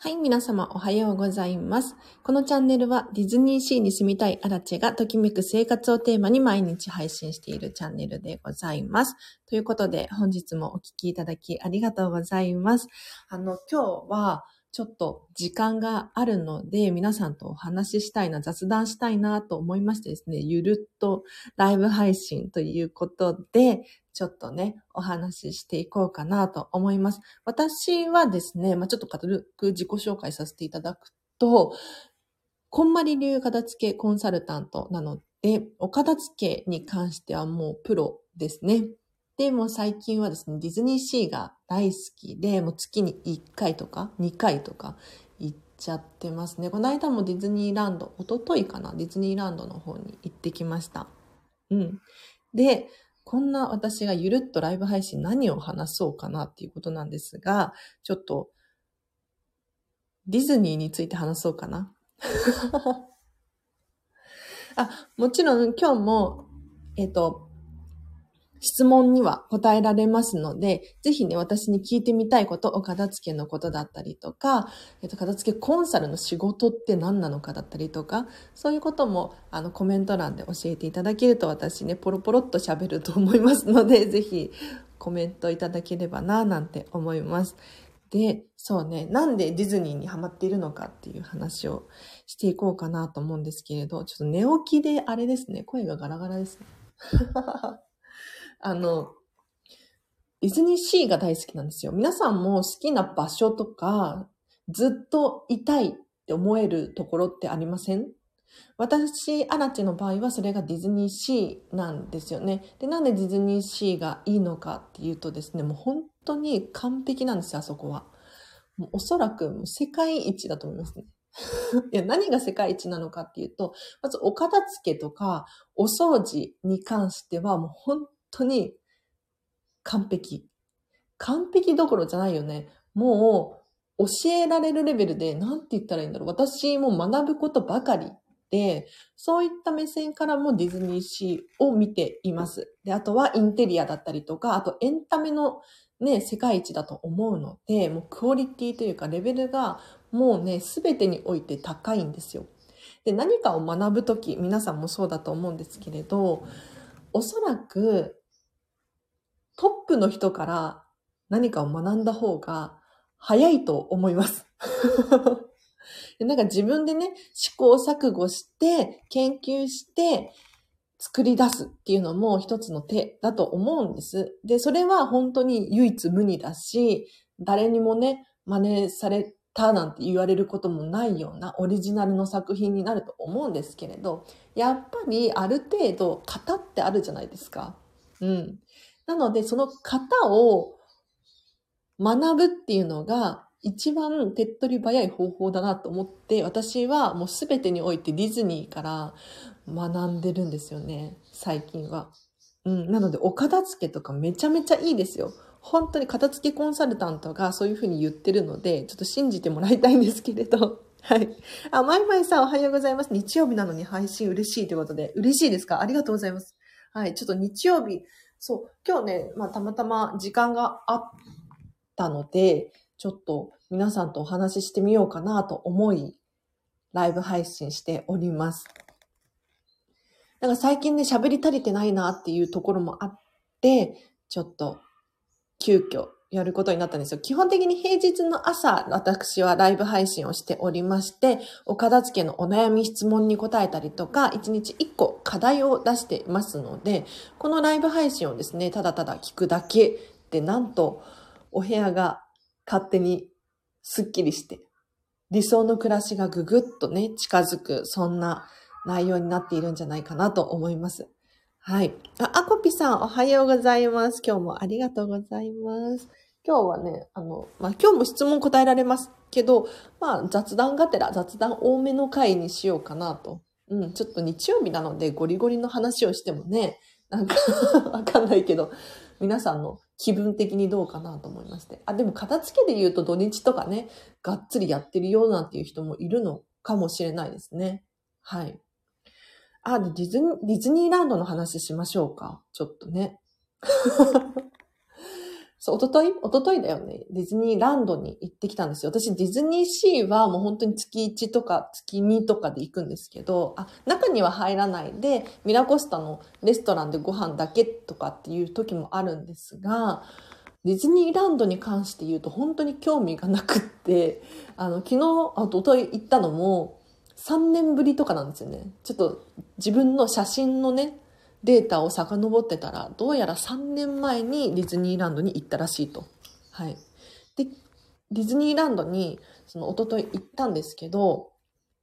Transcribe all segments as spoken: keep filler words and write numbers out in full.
はい、皆様おはようございます。このチャンネルはディズニーシーに住みたいアラチェがときめく生活をテーマに毎日配信しているチャンネルでございます。ということで本日もお聞きいただきありがとうございます。あの、今日はちょっと時間があるので皆さんとお話ししたいな、雑談したいなと思いましてですね、ゆるっとライブ配信ということで、ちょっとね、お話ししていこうかなと思います。私はですね、まあ、ちょっと軽く自己紹介させていただくと、こんまり流片付けコンサルタントなので、お片付けに関してはもうプロですね。で、もう最近はですね、ディズニーシーが大好きで、もう月にいっかいとかにかいとか行っちゃってますね。この間もディズニーランド、一昨日かな、ディズニーランドの方に行ってきました。うん。で、こんな私がゆるっとライブ配信何を話そうかなっていうことなんですが、ちょっとディズニーについて話そうかな。あ、もちろん今日も、えっと、質問には答えられますので、ぜひね、私に聞いてみたいこと、お片付けのことだったりとか、えっと、片付けコンサルの仕事って何なのかだったりとか、そういうことも、あの、コメント欄で教えていただけると私ね、ポロポロっと喋ると思いますので、ぜひコメントいただければな、なんて思います。で、そうね、なんでディズニーにハマっているのかっていう話をしていこうかなと思うんですけれど、ちょっと寝起きであれですね、声がガラガラですね。あの、ディズニーシーが大好きなんですよ。皆さんも好きな場所とか、ずっといたいって思えるところってありません？私、アラチェの場合はそれがディズニーシーなんですよね。で、なんでディズニーシーがいいのかっていうとですね、もう本当に完璧なんですよ、あそこは。もうおそらくもう世界一だと思いますね。いや、何が世界一なのかっていうと、まずお片付けとかお掃除に関してはもう本当に完璧。完璧どころじゃないよね。もう教えられるレベルで、なんて言ったらいいんだろう。私も学ぶことばかりで、そういった目線からもディズニーシーを見ています。で、あとはインテリアだったりとか、あとエンタメのね、世界一だと思うので、もうクオリティというかレベルがもうね、すべてにおいて高いんですよ。で、何かを学ぶとき、皆さんもそうだと思うんですけれど、おそらくトップの人から何かを学んだ方が早いと思います。なんか自分でね、試行錯誤して、研究して、作り出すっていうのも一つの手だと思うんです。で、それは本当に唯一無二だし、誰にもね、真似されたなんて言われることもないようなオリジナルの作品になると思うんですけれど、やっぱりある程度型ってあるじゃないですか。うん。なので、その型を学ぶっていうのが一番手っ取り早い方法だなと思って、私はもうすべてにおいてディズニーから学んでるんですよね、最近は。うん、なのでお片付けとかめちゃめちゃいいですよ。本当に片付けコンサルタントがそういうふうに言ってるので、ちょっと信じてもらいたいんですけれど。はい。あ、まいまいさんおはようございます。日曜日なのに配信嬉しいということで、嬉しいですか？ありがとうございます。はい。ちょっと日曜日、そう、今日ね、まあたまたま時間があったので、ちょっと皆さんとお話ししてみようかなと思い、ライブ配信しております。だから最近ね、喋り足りてないなっていうところもあって、ちょっと急遽やることになったんですよ。基本的に平日の朝、私はライブ配信をしておりまして、お片付けのお悩み質問に答えたりとか、いちにちいっこ課題を出していますので、このライブ配信をですね、ただただ聞くだけで、なんとお部屋が勝手にスッキリして、理想の暮らしがぐぐっとね、近づく、そんな内容になっているんじゃないかなと思います。はい。あ、あこぴさん、おはようございます。今日もありがとうございます。今日はね、あの、まあ、今日も質問答えられますけど、まあ、雑談がてら、雑談多めの回にしようかなと。うん、ちょっと日曜日なので、ゴリゴリの話をしてもね、なんかわかんないけど、皆さんの気分的にどうかなと思いまして。あ、でも片付けで言うと土日とかね、がっつりやってるよなんていう人もいるのかもしれないですね。はい。あ、でディズニー、ディズニーランドの話しましょうか。ちょっとね。 そう、おとといおとといだよね。ディズニーランドに行ってきたんですよ。私、ディズニーシーはもう本当に月いちとか月にとかで行くんですけど、あ、中には入らないで、ミラコスタのレストランでご飯だけとかっていう時もあるんですが、ディズニーランドに関して言うと本当に興味がなくって、あの、昨日、あ、おととい行ったのもさんねんぶりとかなんですよね。ちょっと自分の写真のね、データを遡ってたら、どうやらさんねんまえにディズニーランドに行ったらしいと。はい。で、ディズニーランドに、その、一昨日行ったんですけど、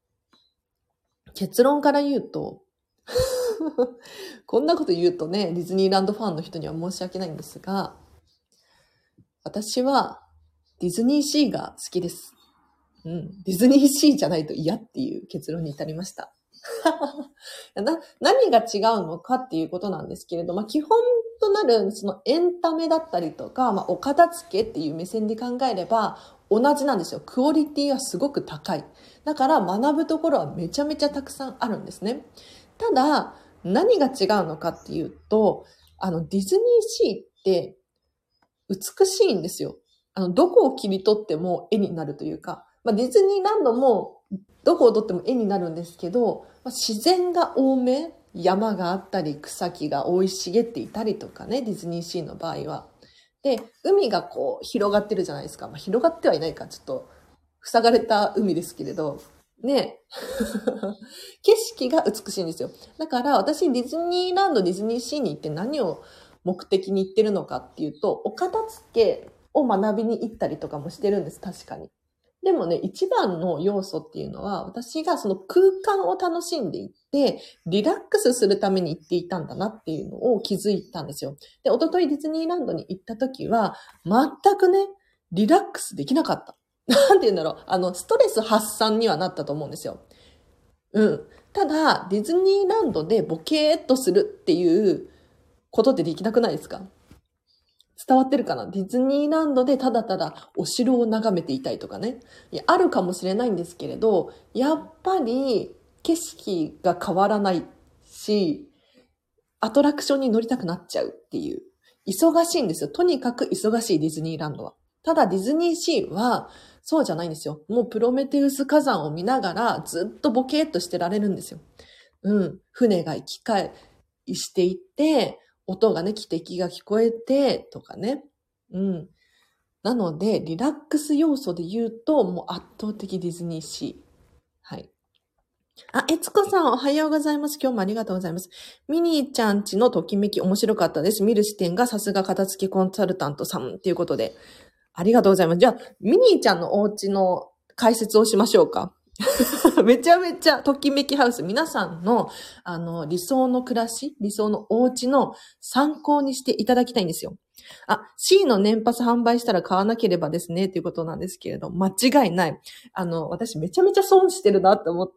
結論から言うと、こんなこと言うとね、ディズニーランドファンの人には申し訳ないんですが、私はディズニーシーが好きです。うん。ディズニーシーじゃないと嫌っていう結論に至りました。な何が違うのかっていうことなんですけれど、まあ、基本となるそのエンタメだったりとか、まあ、お片付けっていう目線で考えれば同じなんですよ。クオリティはすごく高い。だから学ぶところはめちゃめちゃたくさんあるんですね。ただ、何が違うのかっていうと、あの、ディズニーシーって美しいんですよ。あの、どこを切り取っても絵になるというか、まあ、ディズニーランドもどこを撮っても絵になるんですけど、まあ、自然が多め、山があったり草木が生い茂っていたりとかね、ディズニーシーの場合は。で、海がこう広がってるじゃないですか。まあ、広がってはいないか、ちょっと塞がれた海ですけれど、ね景色が美しいんですよ。だから私ディズニーランド、ディズニーシーに行って何を目的に行ってるのかっていうと、お片付けを学びに行ったりとかもしてるんです、確かに。でもね、一番の要素っていうのは、私がその空間を楽しんでいって、リラックスするために行っていたんだなっていうのを気づいたんですよ。で、一昨日ディズニーランドに行った時は、全くね、リラックスできなかった。なんて言うんだろう。あの、ストレス発散にはなったと思うんですよ。うん。ただ、ディズニーランドでボケーっとするっていうことってできなくないですか？伝わってるかな？ディズニーランドでただただお城を眺めていたいとかね。いや、あるかもしれないんですけれど、やっぱり景色が変わらないし、アトラクションに乗りたくなっちゃうっていう。忙しいんですよ。とにかく忙しいディズニーランドは。ただディズニーシーはそうじゃないんですよ。もうプロメテウス火山を見ながらずっとボケーっとしてられるんですよ。うん。船が行き交いしていて、音がね、汽笛が聞こえて、とかね。うん。なので、リラックス要素で言うと、もう圧倒的ディズニーシー。はい。あ、えつこさんおはようございます。今日もありがとうございます。ミニーちゃんちのときめき面白かったです。見る視点がさすが片付けコンサルタントさんっていうことで。ありがとうございます。じゃあ、ミニーちゃんのお家の解説をしましょうか。めちゃめちゃときめきハウス。皆さんの、あの、理想の暮らし、理想のお家の参考にしていただきたいんですよ。あ、C の年パス販売したら買わなければですね、ということなんですけれど、間違いない。あの、私めちゃめちゃ損してるなって思って、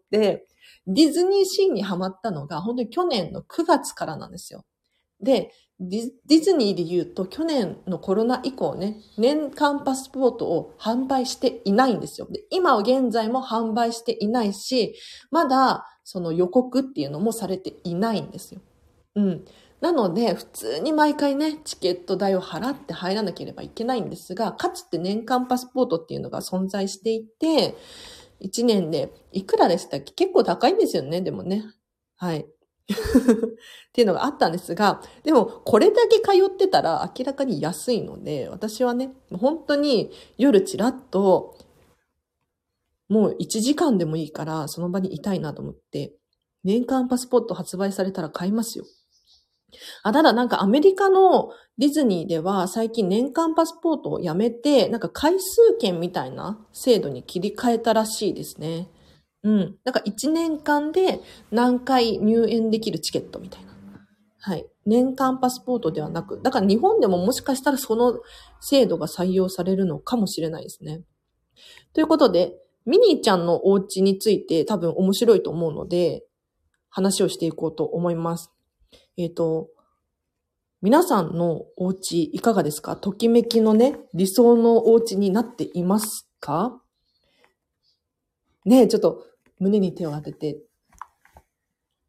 ディズニーシーにハマったのが、本当に去年のくがつからなんですよ。で、ディディズニーで言うと、去年のコロナ以降ね、年間パスポートを販売していないんですよ。で、今現在も販売していないし、まだその予告っていうのもされていないんですよ。うん。なので、普通に毎回ね、チケット代を払って入らなければいけないんですが、かつて年間パスポートっていうのが存在していて、いちねんでいくらでしたっけ？結構高いんですよね、でもね。はい。っていうのがあったんですが、でもこれだけ通ってたら明らかに安いので、私はね、本当に夜ちらっと、もういちじかんでもいいからその場にいたいなと思って、年間パスポート発売されたら買いますよ。あ、ただなんかアメリカのディズニーでは最近年間パスポートをやめて、なんか回数券みたいな制度に切り替えたらしいですね。うん。なんかいちねんかんで何回入園できるチケットみたいな。はい。年間パスポートではなく、だから日本でももしかしたらその制度が採用されるのかもしれないですね。ということで、ミニーちゃんのお家について多分面白いと思うので、話をしていこうと思います。えっと、皆さんのお家いかがですか？ときめきのね、理想のお家になっていますか？ねえ、ちょっと胸に手を当てて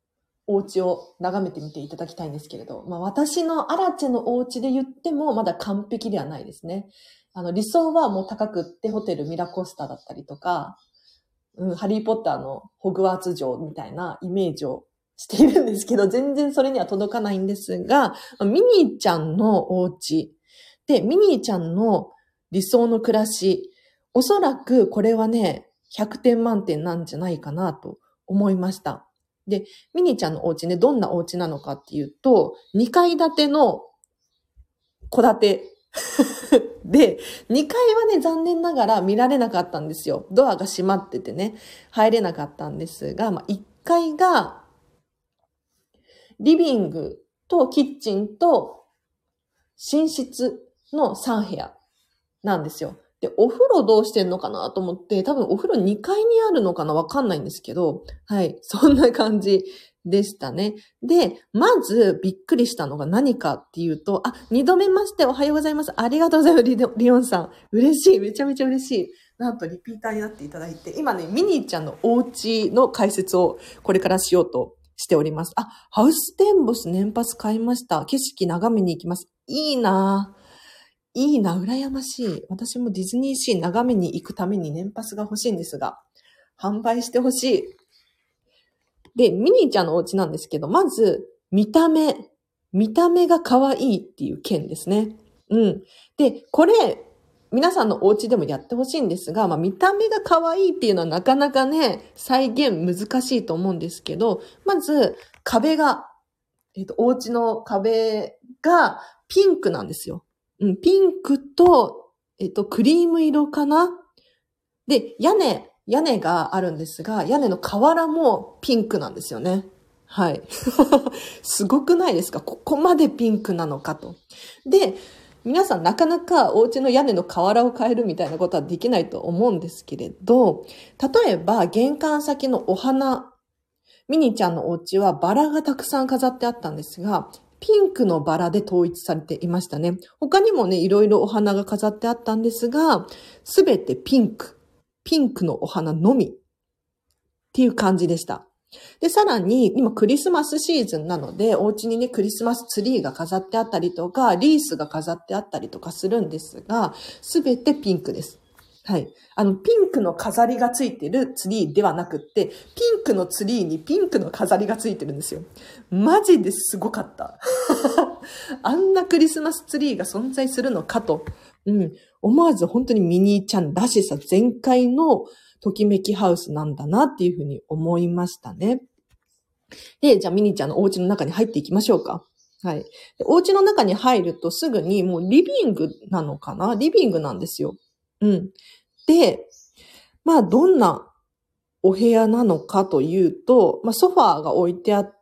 お家を眺めてみていただきたいんですけれど、まあ私のアラチェのお家で言ってもまだ完璧ではないですね。あの理想はもう高くってホテルミラコスタだったりとか、うん、ハリーポッターのホグワーツ城みたいなイメージをしているんですけど、全然それには届かないんですが、ミニーちゃんのお家で、ミニーちゃんの理想の暮らし、おそらくこれはね、ひゃくてん満点なんじゃないかなと思いました。で、ミニーちゃんのお家ね、どんなお家なのかっていうと、にかい建ての戸建てで、にかいはね、残念ながら見られなかったんですよ。ドアが閉まっててね、入れなかったんですが、まあ、いっかいが、リビングとキッチンと寝室のさん部屋なんですよ。で、お風呂どうしてんのかなと思って、多分お風呂にかいにあるのかなわかんないんですけど、はい、そんな感じでしたね。で、まずびっくりしたのが何かっていうと、あ、二度目ましておはようございます。ありがとうございます、リリオンさん。嬉しい、めちゃめちゃ嬉しい。なんとリピーターになっていただいて、今ね、ミニーちゃんのお家の解説をこれからしようとしております。あ、ハウステンボス年パス買いました。景色眺めに行きます。いいなぁ。いいな、羨ましい。私もディズニーシー眺めに行くために年パスが欲しいんですが、販売してほしい。で、ミニーちゃんのお家なんですけど、まず、見た目。見た目が可愛いっていう件ですね。うん。で、これ、皆さんのお家でもやってほしいんですが、まあ見た目が可愛いっていうのはなかなかね、再現難しいと思うんですけど、まず、壁が、えっと、お家の壁がピンクなんですよ。うん、ピンクと、えっと、クリーム色かな？で、屋根、屋根があるんですが、屋根の瓦もピンクなんですよね。はい。すごくないですか？ここまでピンクなのかと。で、皆さんなかなかお家の屋根の瓦を変えるみたいなことはできないと思うんですけれど、例えば玄関先のお花、ミニちゃんのお家はバラがたくさん飾ってあったんですが、ピンクのバラで統一されていましたね。他にもね、いろいろお花が飾ってあったんですが、すべてピンク。ピンクのお花のみ。っていう感じでした。で、さらに、今クリスマスシーズンなので、お家にね、クリスマスツリーが飾ってあったりとか、リースが飾ってあったりとかするんですが、すべてピンクです。はい。あの、ピンクの飾りがついてるツリーではなくって、ピンクのツリーにピンクの飾りがついてるんですよ。マジですごかった。あんなクリスマスツリーが存在するのかと。うん。思わず本当にミニーちゃんらしさ全開のときめきハウスなんだなっていうふうに思いましたね。で、じゃあミニーちゃんのお家の中に入っていきましょうか。はい。でお家の中に入るとすぐにもうリビングなのかな？リビングなんですよ。うん。で、まあどんなお部屋なのかというと、まあソファーが置いてあって、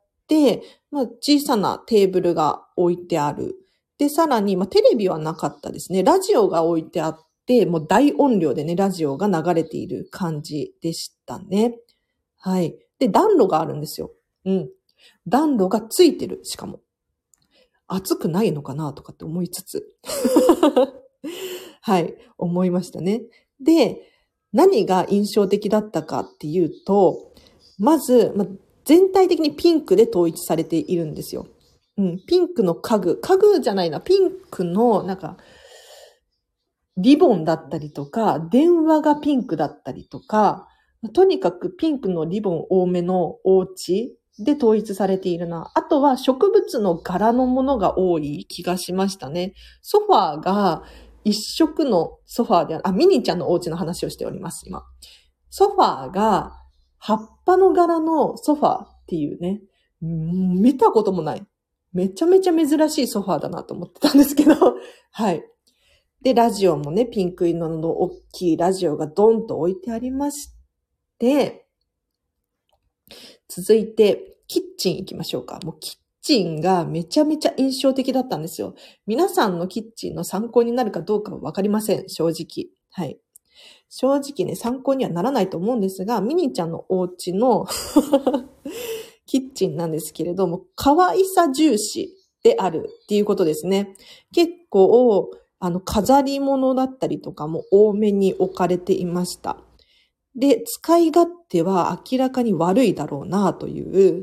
まあ小さなテーブルが置いてある。で、さらに、まあテレビはなかったですね。ラジオが置いてあって、もう大音量でね、ラジオが流れている感じでしたね。はい。で、暖炉があるんですよ。うん。暖炉がついてる、しかも。暑くないのかなとかって思いつつ。はい、思いましたね。で、何が印象的だったかっていうと、まず、ま、全体的にピンクで統一されているんですよ。うん、ピンクの家具、家具じゃないな、ピンクの、なんか、リボンだったりとか、電話がピンクだったりとか、とにかくピンクのリボン多めのお家で統一されているな。あとは植物の柄のものが多い気がしましたね。ソファーが一色のソファーで、あ、ミニーちゃんのお家の話をしております、今。ソファーが葉っぱの柄のソファーっていうね、見たこともない。めちゃめちゃ珍しいソファーだなと思ってたんですけど、はい。で、ラジオもね、ピンク色の大きいラジオがドンと置いてありまして、続いて、キッチン行きましょうか。もうキッチンがめちゃめちゃ印象的だったんですよ。皆さんのキッチンの参考になるかどうかはわかりません。正直。はい。正直ね、参考にはならないと思うんですが、ミニーちゃんのお家のキッチンなんですけれども、可愛さ重視であるっていうことですね。結構、あの、飾り物だったりとかも多めに置かれていました。 で、使い勝手は明らかに悪いだろうなという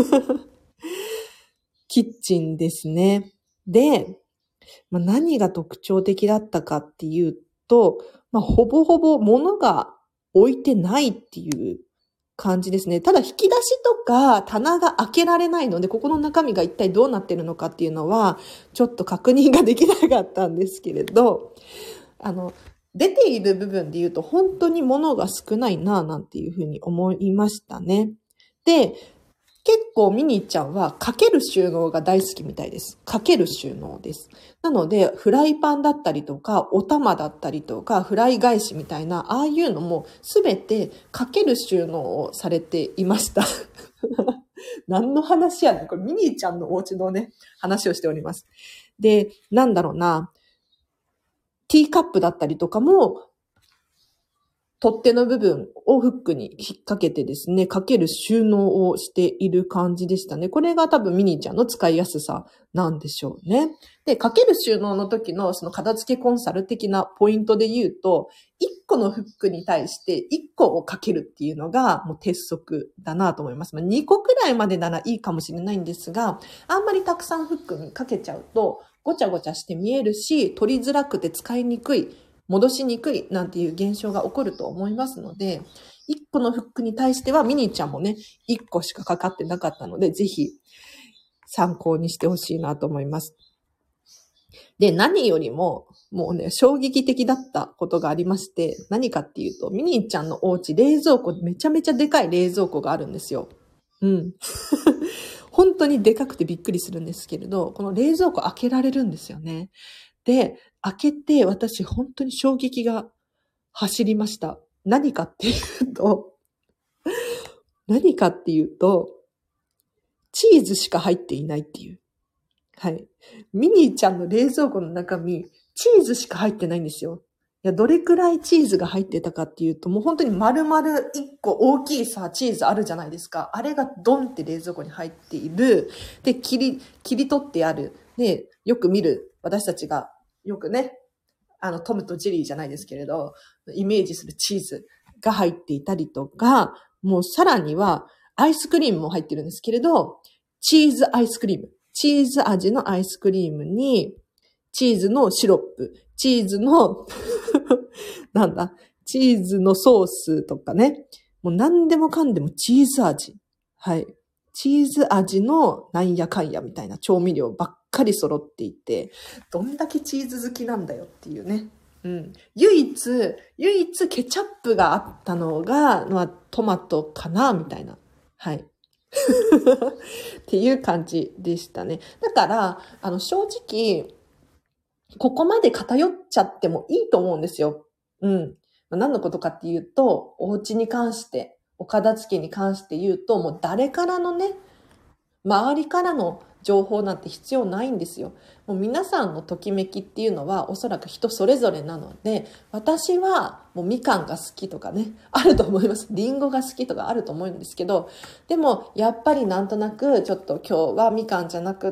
キッチンですね。で、まあ、何が特徴的だったかっていうと、まあ、ほぼほぼ物が置いてないっていう感じですね。ただ引き出しとか棚が開けられないので、ここの中身が一体どうなってるのかっていうのは、ちょっと確認ができなかったんですけれど、あの、出ている部分で言うと本当に物が少ないなぁなんていうふうに思いましたね。で、結構ミニーちゃんはかける収納が大好きみたいです。かける収納です。なので、フライパンだったりとか、お玉だったりとか、フライ返しみたいな、ああいうのもすべてかける収納をされていました。何の話やねん。これミニーちゃんのお家のね、話をしております。で、なんだろうな、ティーカップだったりとかも、取っ手の部分をフックに引っ掛けてですね、かける収納をしている感じでしたね。これが多分ミニーちゃんの使いやすさなんでしょうね。で、かける収納の時のその片付けコンサル的なポイントで言うと、いっこのフックに対していっこをかけるっていうのがもう鉄則だなと思います。まあ、にこくらいまでならいいかもしれないんですが、あんまりたくさんフックにかけちゃうとごちゃごちゃして見えるし、取りづらくて使いにくい。戻しにくいなんていう現象が起こると思いますので、いっこのフックに対してはミニーちゃんもね、いっこしかかかってなかったので、ぜひ参考にしてほしいなと思います。で、何よりも、もうね、衝撃的だったことがありまして、何かっていうと、ミニーちゃんのお家、冷蔵庫、めちゃめちゃでかい冷蔵庫があるんですよ。うん。本当にでかくてびっくりするんですけれど、この冷蔵庫開けられるんですよね。で、開けて私本当に衝撃が走りました。何かっていうと、何かっていうと、チーズしか入っていないっていう。はい。ミニーちゃんの冷蔵庫の中身、チーズしか入ってないんですよ。いや、どれくらいチーズが入ってたかっていうと、もう本当に丸々一個大きいさ、チーズあるじゃないですか。あれがドンって冷蔵庫に入っている。で、切り、切り取ってある。で、よく見る、私たちがよくね、あの、トムとジェリーじゃないですけれど、イメージするチーズが入っていたりとか、もうさらにはアイスクリームも入ってるんですけれど、チーズアイスクリーム。チーズ味のアイスクリームに、チーズのシロップ、チーズの、なんだ、チーズのソースとかね。もう何でもかんでもチーズ味。はい。チーズ味のなんやかんやみたいな調味料ばっかり揃っていて、どんだけチーズ好きなんだよっていうね。うん。唯一、唯一ケチャップがあったのが、まあ、トマトかなみたいな。はい。っていう感じでしたね。だから、あの、正直、ここまで偏っちゃってもいいと思うんですよ。うん。何のことかっていうと、お家に関して、お片付けに関して言うと、もう誰からのね、周りからの情報なんて必要ないんですよ。もう皆さんのときめきっていうのはおそらく人それぞれなので、私はもうみかんが好きとかね、あると思います。りんごが好きとかあると思うんですけど、でもやっぱりなんとなくちょっと今日はみかんじゃなくって、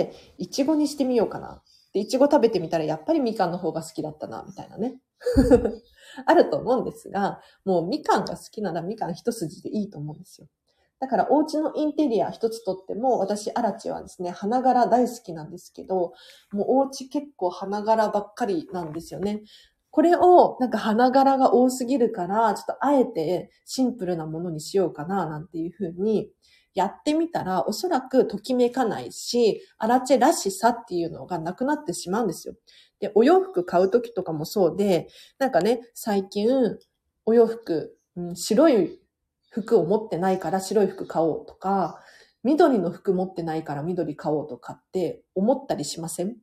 いちごにしてみようかな。で、いちご食べてみたらやっぱりみかんの方が好きだったな、みたいなね。あると思うんですが、もうみかんが好きならみかん一筋でいいと思うんですよ。だからお家のインテリア一つとっても、私、アラチはですね、花柄大好きなんですけど、もうお家結構花柄ばっかりなんですよね。これをなんか花柄が多すぎるから、ちょっとあえてシンプルなものにしようかな、なんていうふうにやってみたら、おそらくときめかないし、アラチェらしさっていうのがなくなってしまうんですよ。で、お洋服買うときとかもそうで、なんかね、最近、お洋服、うん、白い服を持ってないから白い服買おうとか、緑の服持ってないから緑買おうとかって思ったりしません？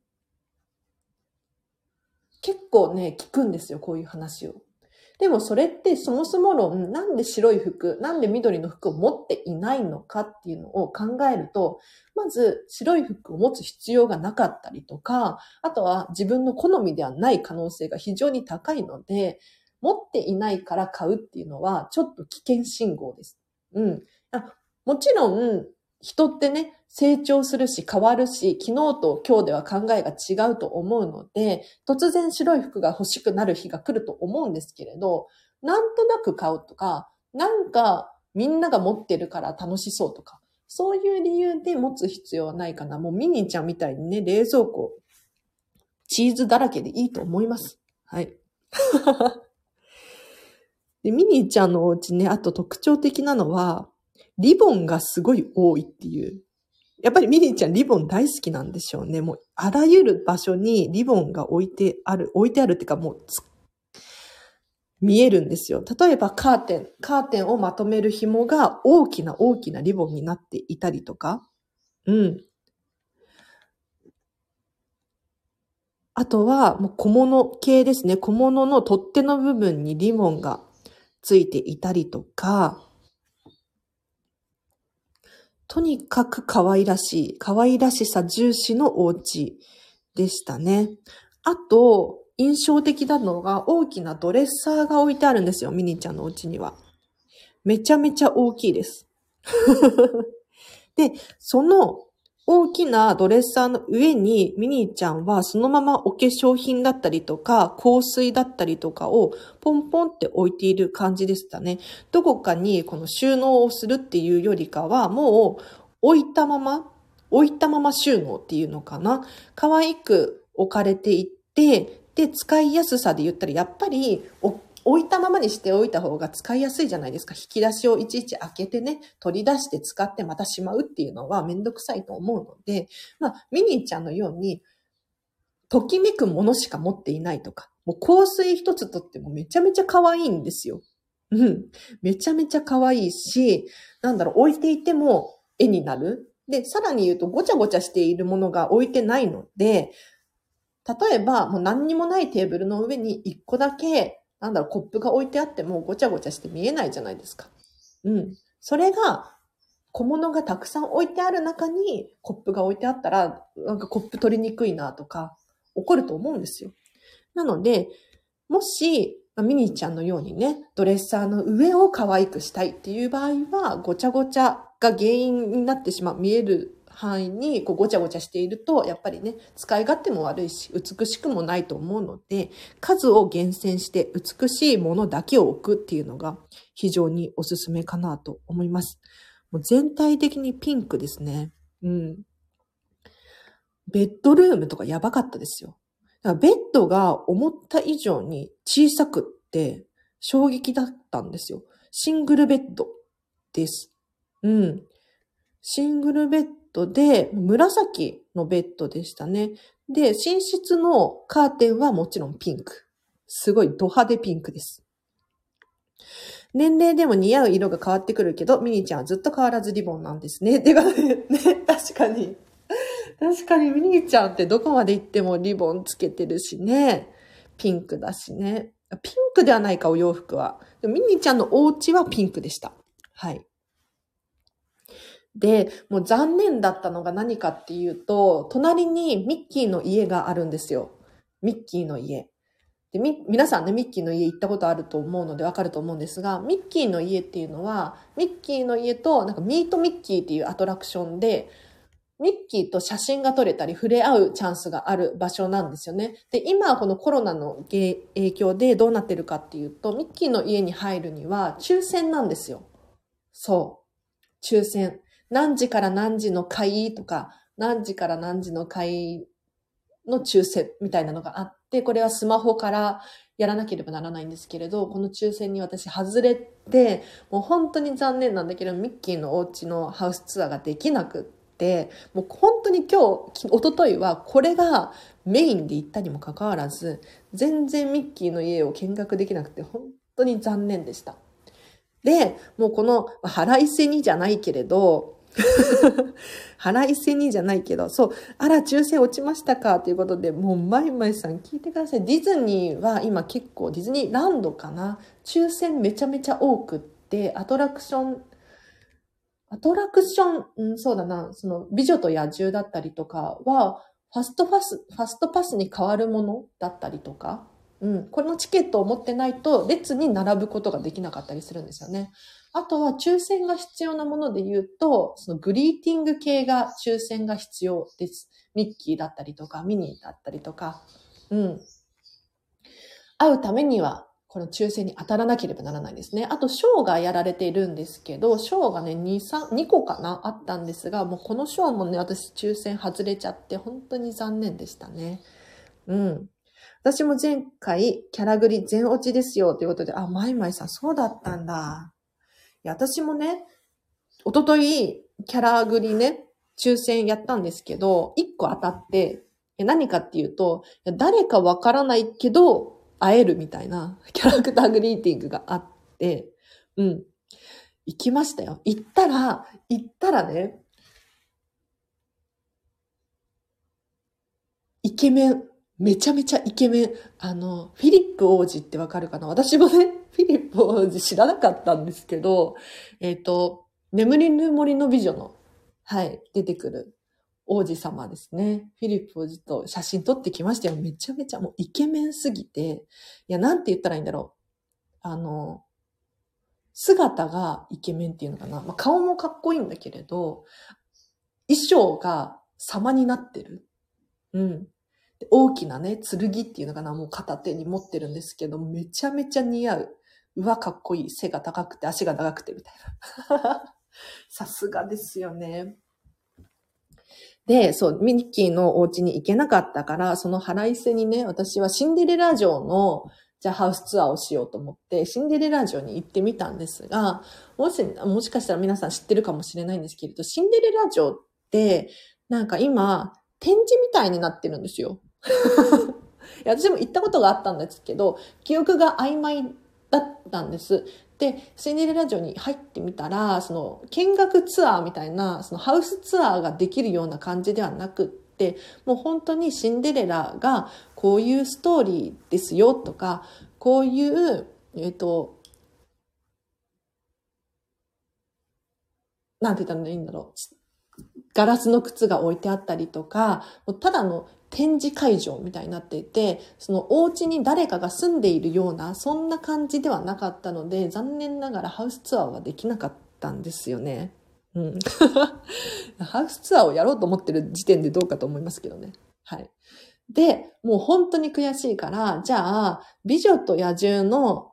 結構ね、聞くんですよ、こういう話を。でもそれってそもそも論、なんで白い服、なんで緑の服を持っていないのかっていうのを考えると、まず白い服を持つ必要がなかったりとか、あとは自分の好みではない可能性が非常に高いので、持っていないから買うっていうのはちょっと危険信号です。うん。あ、もちろん人ってね、成長するし変わるし、昨日と今日では考えが違うと思うので、突然白い服が欲しくなる日が来ると思うんですけれど、 なんとなく買うとか、なんかみんなが持ってるから楽しそうとか、そういう理由で持つ必要はないかな。もうミニーちゃんみたいにね、冷蔵庫、チーズだらけでいいと思います。はい。で、ミニーちゃんのお家ね、あと特徴的なのは、リボンがすごい多いっていう。やっぱりミニーちゃんリボン大好きなんでしょうね。もう、あらゆる場所にリボンが置いてある、置いてあるっていうかもう見えるんですよ。例えばカーテン、カーテンをまとめる紐が大きな大きなリボンになっていたりとか、うん。あとは、もう小物系ですね。小物の取っ手の部分にリボンがついていたりとか、とにかく可愛らしい、可愛らしさ重視のお家でしたね。あと、印象的なのが大きなドレッサーが置いてあるんですよ。ミニーちゃんのお家には。めちゃめちゃ大きいです。で、その大きなドレッサーの上にミニーちゃんはそのままお化粧品だったりとか香水だったりとかをポンポンって置いている感じでしたね。どこかにこの収納をするっていうよりかはもう置いたまま、置いたまま収納っていうのかな。可愛く置かれていって、で、使いやすさで言ったらやっぱりお置いたままにしておいた方が使いやすいじゃないですか。引き出しをいちいち開けてね、取り出して使ってまたしまうっていうのはめんどくさいと思うので、まあ、ミニーちゃんのように、ときめくものしか持っていないとか、もう香水一つとってもめちゃめちゃ可愛いんですよ。うん。めちゃめちゃ可愛いし、なんだろう、置いていても絵になる。で、さらに言うとごちゃごちゃしているものが置いてないので、例えば、もう何にもないテーブルの上に一個だけ、なんだろう、コップが置いてあってもごちゃごちゃして見えないじゃないですか。うん。それが、小物がたくさん置いてある中にコップが置いてあったら、なんかコップ取りにくいなとか、起こると思うんですよ。なので、もし、ミニーちゃんのようにね、ドレッサーの上を可愛くしたいっていう場合は、ごちゃごちゃが原因になってしまう、見える範囲にこうごちゃごちゃしていると、やっぱりね、使い勝手も悪いし、美しくもないと思うので、数を厳選して美しいものだけを置くっていうのが非常におすすめかなと思います。もう全体的にピンクですね。うん。ベッドルームとかやばかったですよ。だからベッドが思った以上に小さくって衝撃だったんですよ。シングルベッドです。うん。シングルベッドで紫のベッドでしたね。で、寝室のカーテンはもちろんピンク。すごいド派手ピンクです。年齢でも似合う色が変わってくるけど、ミニーちゃんはずっと変わらずリボンなんですね。てかね、確かに。確かにミニーちゃんってどこまで行ってもリボンつけてるしね。ピンクだしね。ピンクではないか、お洋服は。でもミニーちゃんのお家はピンクでした。はい。で、もう残念だったのが何かっていうと、隣にミッキーの家があるんですよ。ミッキーの家。で、み、皆さんね、ミッキーの家行ったことあると思うのでわかると思うんですが、ミッキーの家っていうのは、ミッキーの家と、なんかミートミッキーっていうアトラクションで、ミッキーと写真が撮れたり触れ合うチャンスがある場所なんですよね。で、今このコロナの影響でどうなってるかっていうと、ミッキーの家に入るには抽選なんですよ。そう。抽選。何時から何時の会とか、何時から何時の会の抽選みたいなのがあって、これはスマホからやらなければならないんですけれど、この抽選に私外れて、もう本当に残念なんだけど、ミッキーのお家のハウスツアーができなくって、もう本当に今日、一昨日はこれがメインで行ったにもかかわらず、全然ミッキーの家を見学できなくて本当に残念でした。で、もうこの腹いせにじゃないけれど、腹いせにじゃないけど、そう、あら、抽選落ちましたかということで、もうマイマイさん聞いてください。ディズニーは今結構、ディズニーランドかな、抽選めちゃめちゃ多くって、アトラクション、アトラクション、うん、そうだな、その、美女と野獣だったりとかは、ファストパス、ファストパスに変わるものだったりとか、うん、このチケットを持ってないと列に並ぶことができなかったりするんですよね。あとは抽選が必要なもので言うと、そのグリーティング系が抽選が必要です。ミッキーだったりとか、ミニーだったりとか、うん。会うためにはこの抽選に当たらなければならないんですね。あと、賞がやられているんですけど、賞がね、に、さん、にこかなあったんですが、もうこの賞もね、私抽選外れちゃって、本当に残念でしたね。うん。私も前回、キャラグリ全落ちですよ、ということで、あ、マイマイさん、そうだったんだ。いや、私もね、おととい、キャラグリね、抽選やったんですけど、いっこ当たって、何かっていうと、誰かわからないけど、会えるみたいなキャラクターグリーティングがあって、うん。行きましたよ。行ったら、行ったらね、イケメン、めちゃめちゃイケメン、あの、フィリップ王子ってわかるかな？私もね、フィリップ王子知らなかったんですけど、えっと、眠りぬ森の美女の、はい、出てくる王子様ですね。フィリップ王子と写真撮ってきましたよ。めちゃめちゃもうイケメンすぎて、いや、なんて言ったらいいんだろう。あの、姿がイケメンっていうのかな。まあ、顔もかっこいいんだけれど、衣装が様になってる。うん。で大きなね、剣っていうのかな、もう片手に持ってるんですけど、めちゃめちゃ似合う。うわ、かっこいい。背が高くて、足が長くて、みたいな。さすがですよね。で、そう、ミッキーのお家に行けなかったから、その腹いせにね、私はシンデレラ城の、じゃあハウスツアーをしようと思って、シンデレラ城に行ってみたんですが、もし、もしかしたら皆さん知ってるかもしれないんですけれど、シンデレラ城って、なんか今、展示みたいになってるんですよ。いや私も行ったことがあったんですけど、記憶が曖昧だったんです。で、シンデレラ城に入ってみたら、その見学ツアーみたいな、そのハウスツアーができるような感じではなくって、もう本当にシンデレラがこういうストーリーですよとか、こういう、えっと、なんて言ったらいいんだろう。ガラスの靴が置いてあったりとか、ただの展示会場みたいになっていて、そのお家に誰かが住んでいるような、そんな感じではなかったので、残念ながらハウスツアーはできなかったんですよね。うん。ハウスツアーをやろうと思ってる時点でどうかと思いますけどね。はい。で、もう本当に悔しいから、じゃあ、美女と野獣の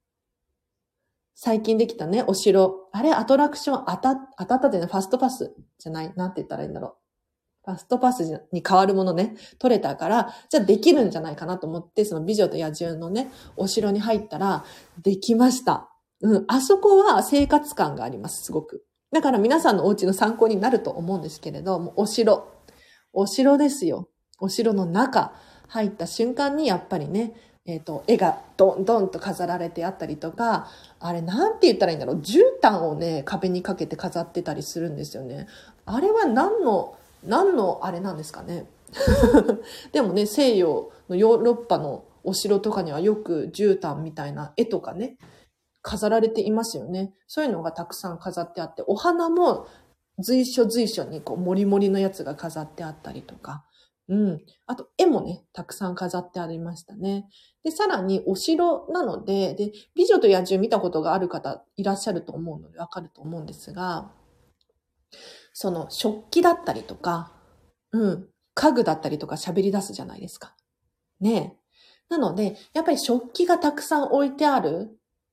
最近できたね、お城。あれ、アトラクション当た、当たったでね、ファストパスじゃない。なんて言ったらいいんだろう。ファストパスに変わるものね、取れたから、じゃあできるんじゃないかなと思って、その美女と野獣のね、お城に入ったら、できました。うん、あそこは生活感があります、すごく。だから皆さんのお家の参考になると思うんですけれど、もうお城。お城ですよ。お城の中、入った瞬間にやっぱりね、えっと、絵がドンドンと飾られてあったりとか、あれなんて言ったらいいんだろう、絨毯をね、壁にかけて飾ってたりするんですよね。あれは何の、何のあれなんですかね。でもね、西洋のヨーロッパのお城とかにはよく絨毯みたいな絵とかね、飾られていますよね。そういうのがたくさん飾ってあって、お花も随所随所にこう、もりもりのやつが飾ってあったりとか。うん。あと、絵もね、たくさん飾ってありましたね。で、さらに、お城なので、で、美女と野獣見たことがある方いらっしゃると思うので、わかると思うんですが、その、食器だったりとか、うん、家具だったりとか喋り出すじゃないですか。ねえ。なので、やっぱり食器がたくさん置いてある、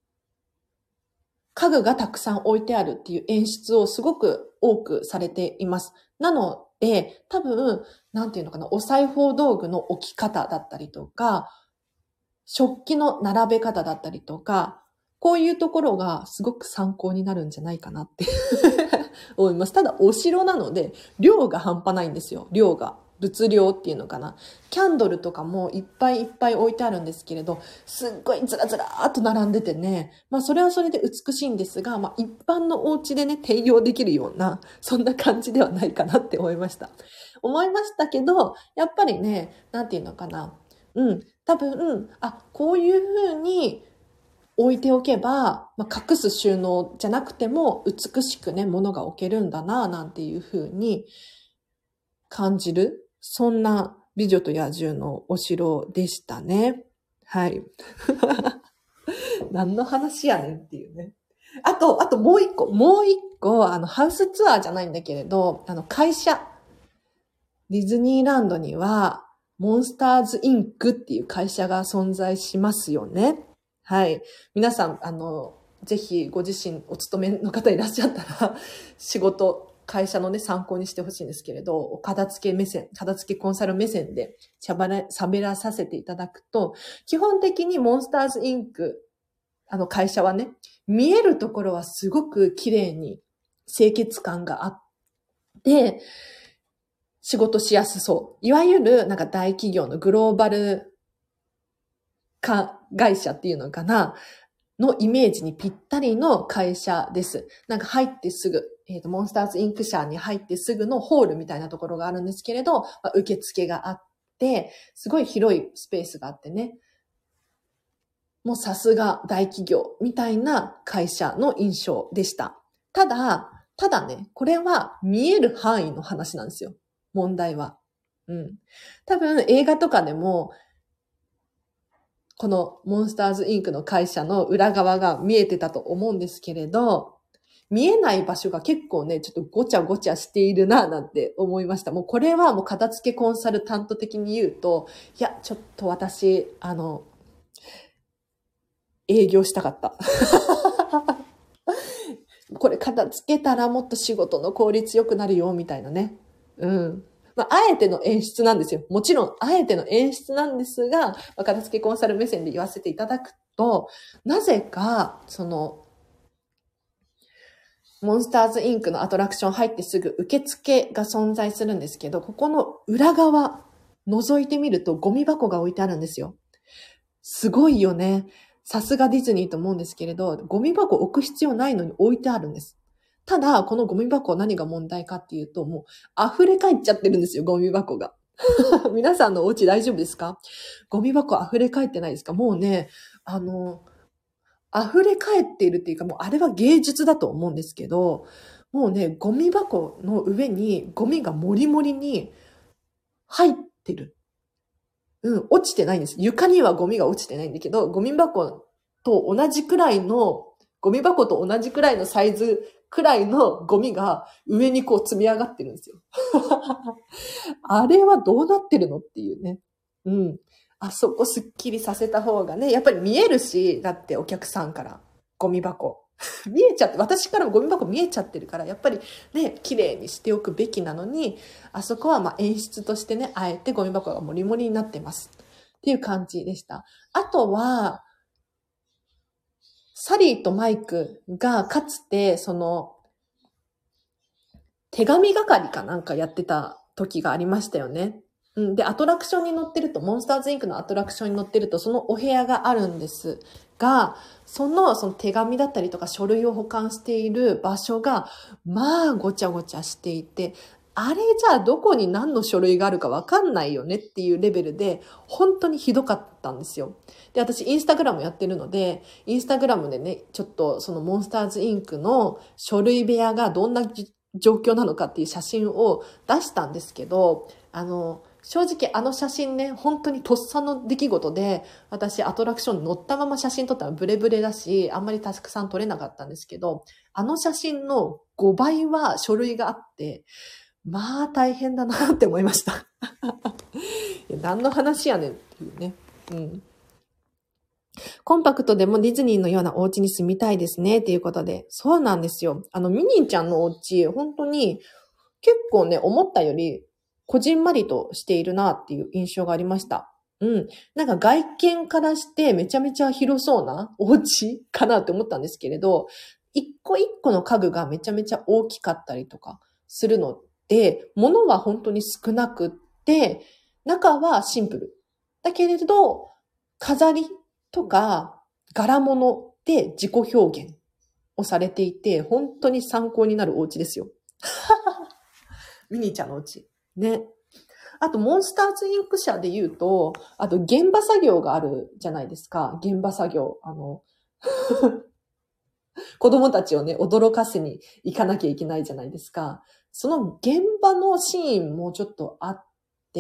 家具がたくさん置いてあるっていう演出をすごく多くされています。なので、多分、なんていうのかな、お裁縫道具の置き方だったりとか、食器の並べ方だったりとか、こういうところがすごく参考になるんじゃないかなって思います。ただ、お城なので、量が半端ないんですよ。量が。物量っていうのかな。キャンドルとかもいっぱいいっぱい置いてあるんですけれど、すっごいずらずらーっと並んでてね、まあそれはそれで美しいんですが、まあ一般のお家でね、転用できるような、そんな感じではないかなって思いました。思いましたけど、やっぱりね、なんていうのかな。うん、多分、あ、こういうふうに置いておけば、まあ、隠す収納じゃなくても美しくね、物が置けるんだな、なんていうふうに感じる。そんな美女と野獣のお城でしたね。はい。何の話やねんっていうね。あと、あともう一個、もう一個、あの、ハウスツアーじゃないんだけれど、あの、会社、ディズニーランドには、モンスターズインクっていう会社が存在しますよね。 はい。皆さん、あの、ぜひご自身お勤めの方いらっしゃったら、仕事、会社のね、参考にしてほしいんですけれど、片付け目線、片付けコンサル目線でしゃばら、喋らさせていただくと、基本的にモンスターズインク、あの会社はね、見えるところはすごく綺麗に清潔感があって、仕事しやすそう。いわゆるなんか大企業のグローバル化会社っていうのかなのイメージにぴったりの会社です。なんか入ってすぐ、えっと、モンスターズインク社に入ってすぐのホールみたいなところがあるんですけれど、まあ、受付があって、すごい広いスペースがあってね、もうさすが大企業みたいな会社の印象でした。ただ、ただね、これは見える範囲の話なんですよ。問題は。うん。多分映画とかでも、このモンスターズインクの会社の裏側が見えてたと思うんですけれど、見えない場所が結構ね、ちょっとごちゃごちゃしているな、なんて思いました。もうこれはもう片付けコンサルタント的に言うと、いや、ちょっと私、あの、営業したかった。これ片付けたらもっと仕事の効率良くなるよ、みたいなね。うん。まあ、あえての演出なんですよ。もちろん、あえての演出なんですが、まあ、片付けコンサル目線で言わせていただくと、なぜか、その、モンスターズインクのアトラクション入ってすぐ受付が存在するんですけど、ここの裏側、覗いてみるとゴミ箱が置いてあるんですよ。すごいよね。さすがディズニーと思うんですけれど、ゴミ箱置く必要ないのに置いてあるんです。ただ、このゴミ箱何が問題かっていうと、もう溢れ返っちゃってるんですよ、ゴミ箱が。皆さんのお家大丈夫ですか？ゴミ箱溢れ返ってないですか？もうね、あの、溢れ返っているっていうか、もうあれは芸術だと思うんですけど、もうね、ゴミ箱の上にゴミがもりもりに入ってる。うん、落ちてないんです。床にはゴミが落ちてないんだけど、ゴミ箱と同じくらいの、ゴミ箱と同じくらいのサイズくらいのゴミが上にこう積み上がってるんですよ。あれはどうなってるのっていうね。うん。あそこスッキリさせた方がね、やっぱり見えるし、だってお客さんから、ゴミ箱。見えちゃって、私からもゴミ箱見えちゃってるから、やっぱりね、綺麗にしておくべきなのに、あそこはまあ演出としてね、あえてゴミ箱がもりもりになってます。っていう感じでした。あとは、サリーとマイクがかつて、その、手紙係かなんかやってた時がありましたよね。うん。で、アトラクションに乗ってると、モンスターズインクのアトラクションに乗ってると、そのお部屋があるんですが、その、その手紙だったりとか書類を保管している場所が、まあ、ごちゃごちゃしていて、あれじゃあどこに何の書類があるかわかんないよねっていうレベルで、本当にひどかったんですよ。で、私インスタグラムやってるので、インスタグラムでね、ちょっとそのモンスターズインクの書類部屋がどんな状況なのかっていう写真を出したんですけど、あの、正直あの写真ね、本当にとっさの出来事で、私アトラクションに乗ったまま写真撮ったらブレブレだし、あんまりたくさん撮れなかったんですけど、あの写真のごばいは書類があって、まあ大変だなって思いました。いや何の話やねんっていうね。うん。コンパクトでもディズニーのようなお家に住みたいですねっていうことで。そうなんですよ。あのミニーちゃんのお家、本当に結構ね、思ったよりこじんまりとしているなっていう印象がありました。うん。なんか外見からしてめちゃめちゃ広そうなお家かなって思ったんですけれど、一個一個の家具がめちゃめちゃ大きかったりとかするので、物は本当に少なくって、中はシンプル。だけれど、飾りとか柄物で自己表現をされていて、本当に参考になるお家ですよ。ミニーちゃんのお家。ね。あと、モンスターズインク社で言うと、あと、現場作業があるじゃないですか。現場作業。あの、子供たちをね、驚かせに行かなきゃいけないじゃないですか。その現場のシーンもちょっとあって、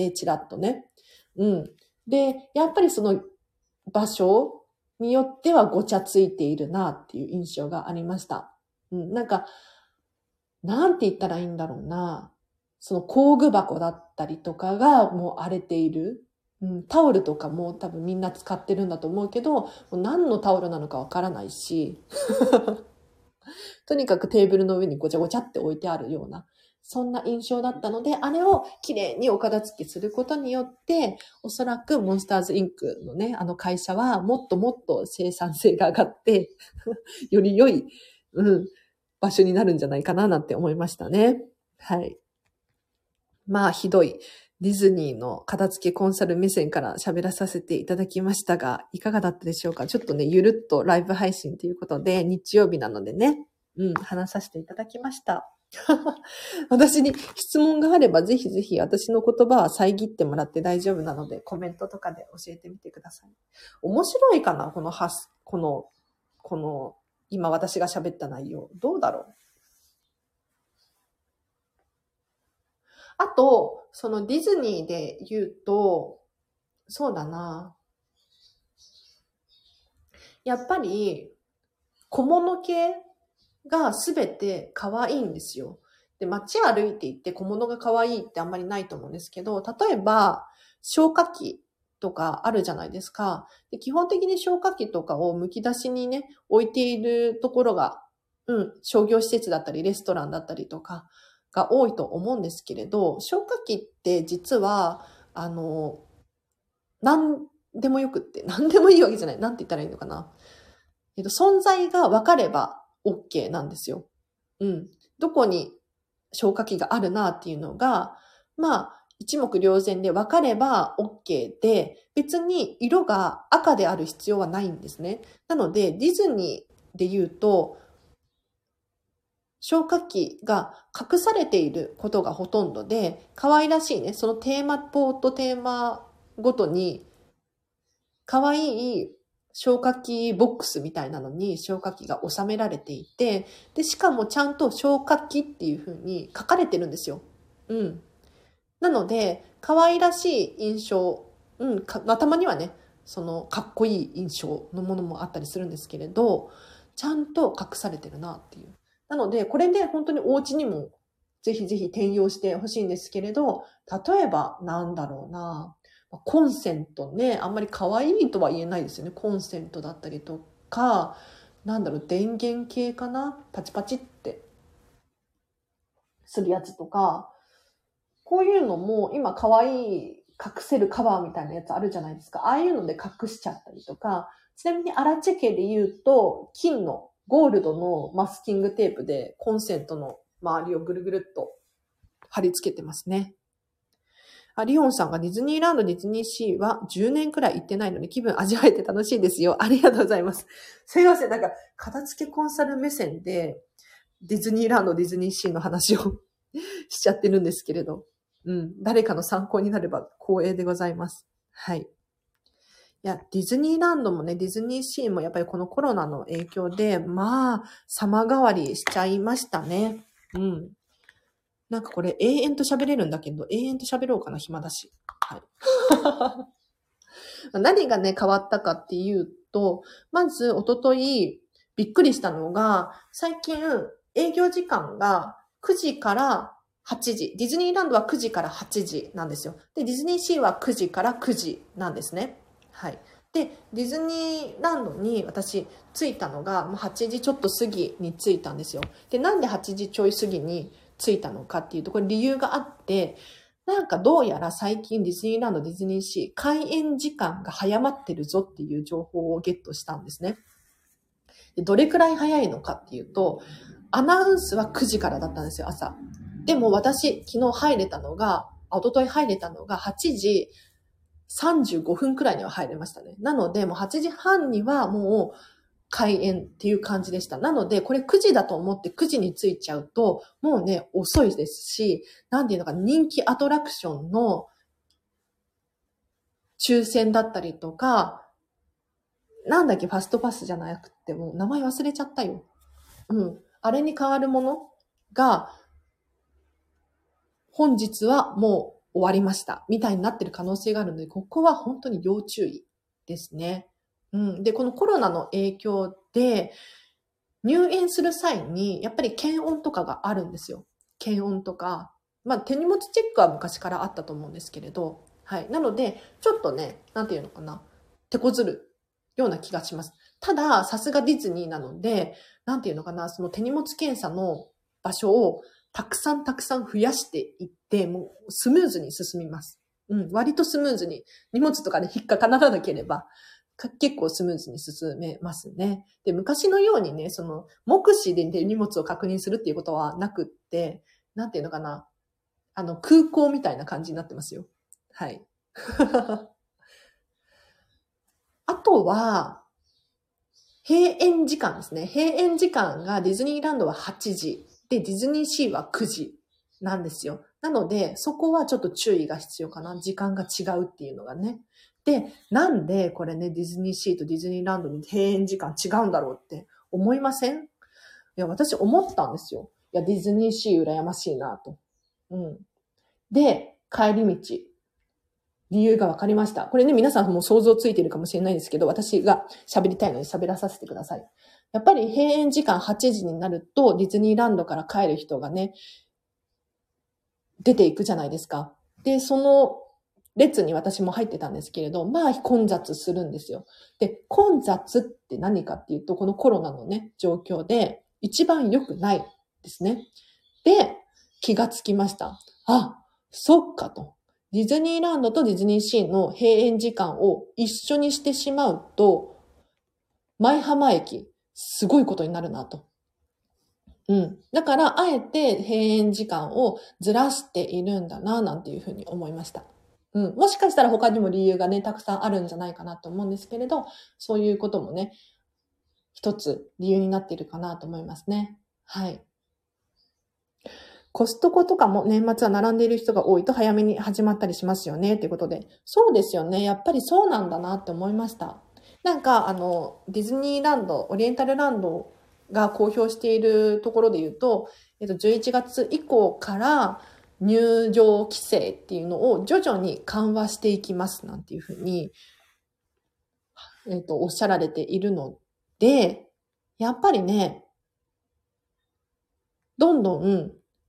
ちらっとね。うん。で、やっぱりその場所によってはごちゃついているなっていう印象がありました。うん。なんか、なんて言ったらいいんだろうな。その工具箱だったりとかがもう荒れている。 うん、タオルとかも多分みんな使ってるんだと思うけど、もう何のタオルなのかわからないし、とにかくテーブルの上にごちゃごちゃって置いてあるような、そんな印象だったので、あれをきれいにお片付けすることによって、おそらくモンスターズインクのね、あの会社はもっともっと生産性が上がって、より良い、うん、場所になるんじゃないかななんて思いましたね。はい。まあ、ひどいディズニーの片付けコンサル目線から喋らさせていただきましたが、いかがだったでしょうか？ちょっとね、ゆるっとライブ配信ということで、日曜日なのでね、うん、話させていただきました。私に質問があれば、ぜひぜひ私の言葉は遮ってもらって大丈夫なので、コメントとかで教えてみてください。面白いかな？このはす、この、この、今私が喋った内容。どうだろう？あと、そのディズニーで言うと、そうだな。やっぱり小物系がすべて可愛いんですよ。で、街歩いていって小物が可愛いってあんまりないと思うんですけど、例えば消火器とかあるじゃないですか。で、基本的に消火器とかを剥き出しにね、置いているところが、うん、商業施設だったりレストランだったりとかが多いと思うんですけれど、消火器って実は、あの、なんでもよくって、なんでもいいわけじゃない。なんて言ったらいいのかな。えっと、存在が分かれば OK なんですよ。うん。どこに消火器があるなっていうのが、まあ、一目瞭然で分かれば OK で、別に色が赤である必要はないんですね。なので、ディズニーで言うと、消火器が隠されていることがほとんどで、可愛らしいね、そのテーマ、ポートテーマごとに、可愛い消火器ボックスみたいなのに消火器が収められていて、で、しかもちゃんと消火器っていう風に書かれてるんですよ。うん。なので、可愛らしい印象、うん、か、まあ、たまにはね、その、かっこいい印象のものもあったりするんですけれど、ちゃんと隠されてるなっていう。なので、これで本当にお家にもぜひぜひ転用してほしいんですけれど、例えば、なんだろうな、コンセントね、あんまり可愛いとは言えないですよね。コンセントだったりとか、なんだろう、電源系かな、パチパチってするやつとか、こういうのも今可愛い隠せるカバーみたいなやつあるじゃないですか。ああいうので隠しちゃったりとか、ちなみにアラチェ家で言うと、金のゴールドのマスキングテープでコンセントの周りをぐるぐるっと貼り付けてますね。あ、リオンさんがディズニーランド、ディズニーシーはじゅうねんくらい行ってないので気分味わえて楽しいですよ。ありがとうございます。すいません。なんか、片付けコンサル目線でディズニーランド、ディズニーシーの話をしちゃってるんですけれど。うん。誰かの参考になれば光栄でございます。はい。いや、ディズニーランドもね、ディズニーシーもやっぱりこのコロナの影響で、まあ、様変わりしちゃいましたね。うん。なんかこれ永遠と喋れるんだけど、永遠と喋ろうかな、暇だし。はい。何がね、変わったかっていうと、まず、おととい、びっくりしたのが、最近、営業時間がくじからはちじ。ディズニーランドはくじからはちじなんですよ。で、ディズニーシーはくじからくじなんですね。はい。で、ディズニーランドに私着いたのが、もうはちじちょっと過ぎに着いたんですよ。で、なんではちじちょい過ぎに着いたのかっていうと、これ理由があって、なんかどうやら最近ディズニーランド、ディズニーシー、開園時間が早まってるぞっていう情報をゲットしたんですね。で、どれくらい早いのかっていうと、アナウンスはくじからだったんですよ、朝。でも私、昨日入れたのが、一昨日入れたのがはちじさんじゅうごふんくらいには入れましたね。なので、もうはちじはんにはもう開園っていう感じでした。なので、これくじだと思ってくじに着いちゃうと、もうね、遅いですし、なんていうのか、人気アトラクションの抽選だったりとか、なんだっけ、ファストパスじゃなくて、もう名前忘れちゃったよ。うん。あれに変わるものが、本日はもう終わりました。みたいになってる可能性があるので、ここは本当に要注意ですね。うん。で、このコロナの影響で、入園する際に、やっぱり検温とかがあるんですよ。検温とか。まあ、手荷物チェックは昔からあったと思うんですけれど、 はい。なので、ちょっとね、なんていうのかな、手こずるような気がします。ただ、さすがディズニーなので、なんていうのかな、その手荷物検査の場所をたくさんたくさん増やしていって、もうスムーズに進みます。うん、割とスムーズに、荷物とかで引っかからなければ、結構スムーズに進めますね。で、昔のようにね、その、目視で荷物を確認するっていうことはなくって、なんていうのかな、あの、空港みたいな感じになってますよ。はい。あとは、閉園時間ですね。閉園時間がディズニーランドははちじ。で、ディズニーシーはくじなんですよ。なので、そこはちょっと注意が必要かな。時間が違うっていうのがね。で、なんでこれね、ディズニーシーとディズニーランドの閉園時間違うんだろうって思いません？いや、私思ったんですよ。いや、ディズニーシー羨ましいなと。うん。で、帰り道。理由が分かりました。これね、皆さんも想像ついてるかもしれないですけど、私が喋りたいので喋らさせてください。やっぱり閉園時間はちじになると、ディズニーランドから帰る人がね、出ていくじゃないですか。で、その列に私も入ってたんですけれど、まあ混雑するんですよ。で、混雑って何かっていうと、このコロナのね、状況で一番良くないですね。で、気がつきました。あ、そっかと。ディズニーランドとディズニーシーの閉園時間を一緒にしてしまうと、舞浜駅、すごいことになるなと。うん。だから、あえて閉園時間をずらしているんだな、なんていうふうに思いました。うん。もしかしたら他にも理由がね、たくさんあるんじゃないかなと思うんですけれど、そういうこともね、一つ理由になっているかなと思いますね。はい。コストコとかも年末は並んでいる人が多いと早めに始まったりしますよね、ということで。そうですよね。やっぱりそうなんだなって思いました。なんか、あの、ディズニーランド、オリエンタルランドが公表しているところで言うと、えっと、じゅういちがつ以降から入場規制っていうのを徐々に緩和していきますなんていうふうに、えっと、おっしゃられているので、やっぱりね、どんどん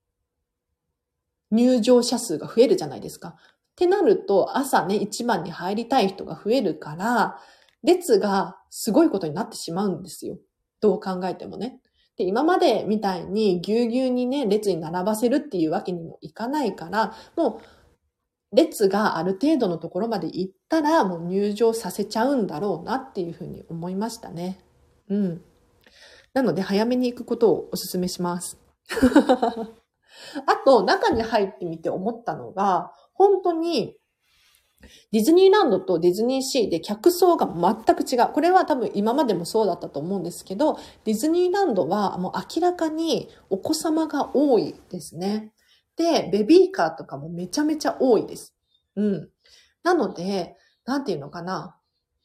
入場者数が増えるじゃないですか。ってなると、朝ね、一番に入りたい人が増えるから、列がすごいことになってしまうんですよ。どう考えてもね。で、今までみたいにぎゅうぎゅうにね、列に並ばせるっていうわけにもいかないから、もう、列がある程度のところまで行ったら、もう入場させちゃうんだろうなっていうふうに思いましたね。うん。なので、早めに行くことをお勧めします。あと、中に入ってみて思ったのが、本当に、ディズニーランドとディズニーシーで客層が全く違う。これは多分今までもそうだったと思うんですけど、ディズニーランドはもう明らかにお子様が多いですね。で、ベビーカーとかもめちゃめちゃ多いです。うん。なので、なんていうのかな。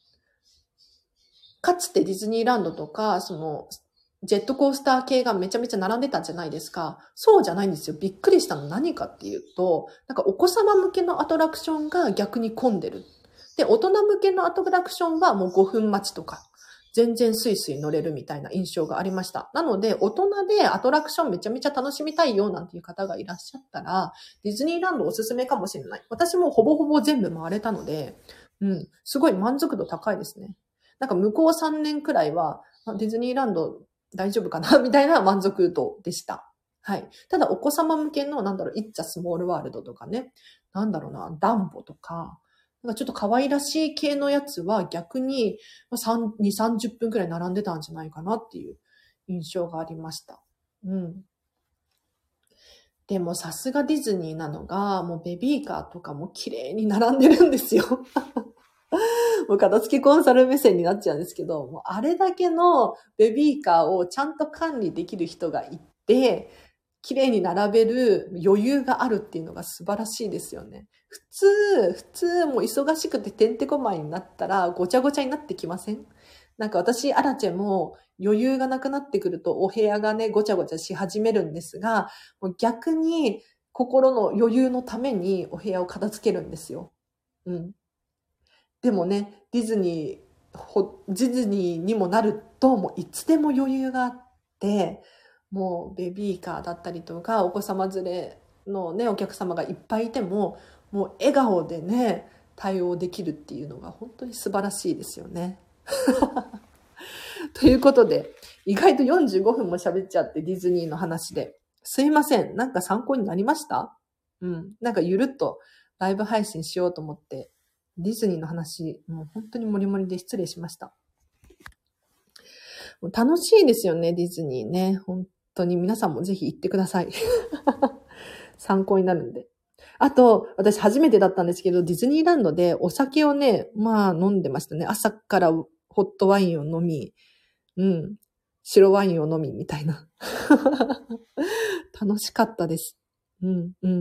かつてディズニーランドとか、その、ジェットコースター系がめちゃめちゃ並んでたんじゃないですか。そうじゃないんですよ。びっくりしたの何かっていうと、なんかお子様向けのアトラクションが逆に混んでる。で、大人向けのアトラクションはもうごふん待ちとか、全然スイスイ乗れるみたいな印象がありました。なので、大人でアトラクションめちゃめちゃ楽しみたいよなんていう方がいらっしゃったら、ディズニーランドおすすめかもしれない。私もほぼほぼ全部回れたので、うん、すごい満足度高いですね。なんか向こうさんねんくらいは、ディズニーランド大丈夫かなみたいな満足度でした。はい。ただお子様向けの、なんだろう、It's a Small World とかね、なんだろうな、ダンボとか、なんかちょっと可愛らしい系のやつは逆にに、さんじゅっぷんくらい並んでたんじゃないかなっていう印象がありました。うん。でもさすがディズニーなのが、もうベビーカーとかも綺麗に並んでるんですよ。もう片付けコンサル目線になっちゃうんですけど、もうあれだけのベビーカーをちゃんと管理できる人がいて、綺麗に並べる余裕があるっていうのが素晴らしいですよね。普通、普通もう忙しくててんてこまいになったらごちゃごちゃになってきません？なんか私、アラチェも余裕がなくなってくるとお部屋がね、ごちゃごちゃし始めるんですが、もう逆に心の余裕のためにお部屋を片付けるんですよ。うん。でもね、ディズニー、ほディズニーにもなると、もういつでも余裕があって、もうベビーカーだったりとか、お子様連れのね、お客様がいっぱいいても、 もう笑顔でね、対応できるっていうのが本当に素晴らしいですよね。ということで、意外とよんじゅうごふんも喋っちゃって、ディズニーの話で。すいません。なんか参考になりました？うん。なんかゆるっとライブ配信しようと思って、ディズニーの話、もう本当にモリモリで失礼しました。もう楽しいですよね、ディズニーね。本当に皆さんもぜひ行ってください。参考になるんで。あと、私初めてだったんですけど、ディズニーランドでお酒をね、まあ飲んでましたね。朝からホットワインを飲み、うん。白ワインを飲みみたいな。楽しかったです。うん、うん。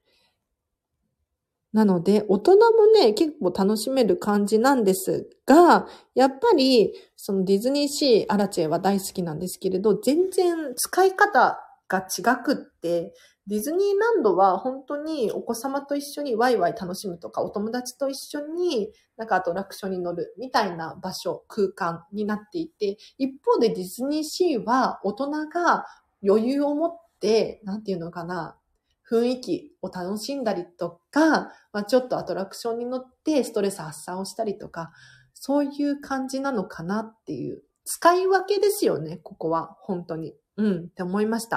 なので、大人もね、結構楽しめる感じなんですが、やっぱり、そのディズニーシー、アラチェは大好きなんですけれど、全然使い方が違くって、ディズニーランドは本当にお子様と一緒にワイワイ楽しむとか、お友達と一緒になんかアトラクションに乗るみたいな場所、空間になっていて、一方でディズニーシーは大人が余裕を持って、なんていうのかな、雰囲気を楽しんだりとか、まあ、ちょっとアトラクションに乗ってストレス発散をしたりとか、そういう感じなのかなっていう、使い分けですよね、ここは。本当に。うんって思いました。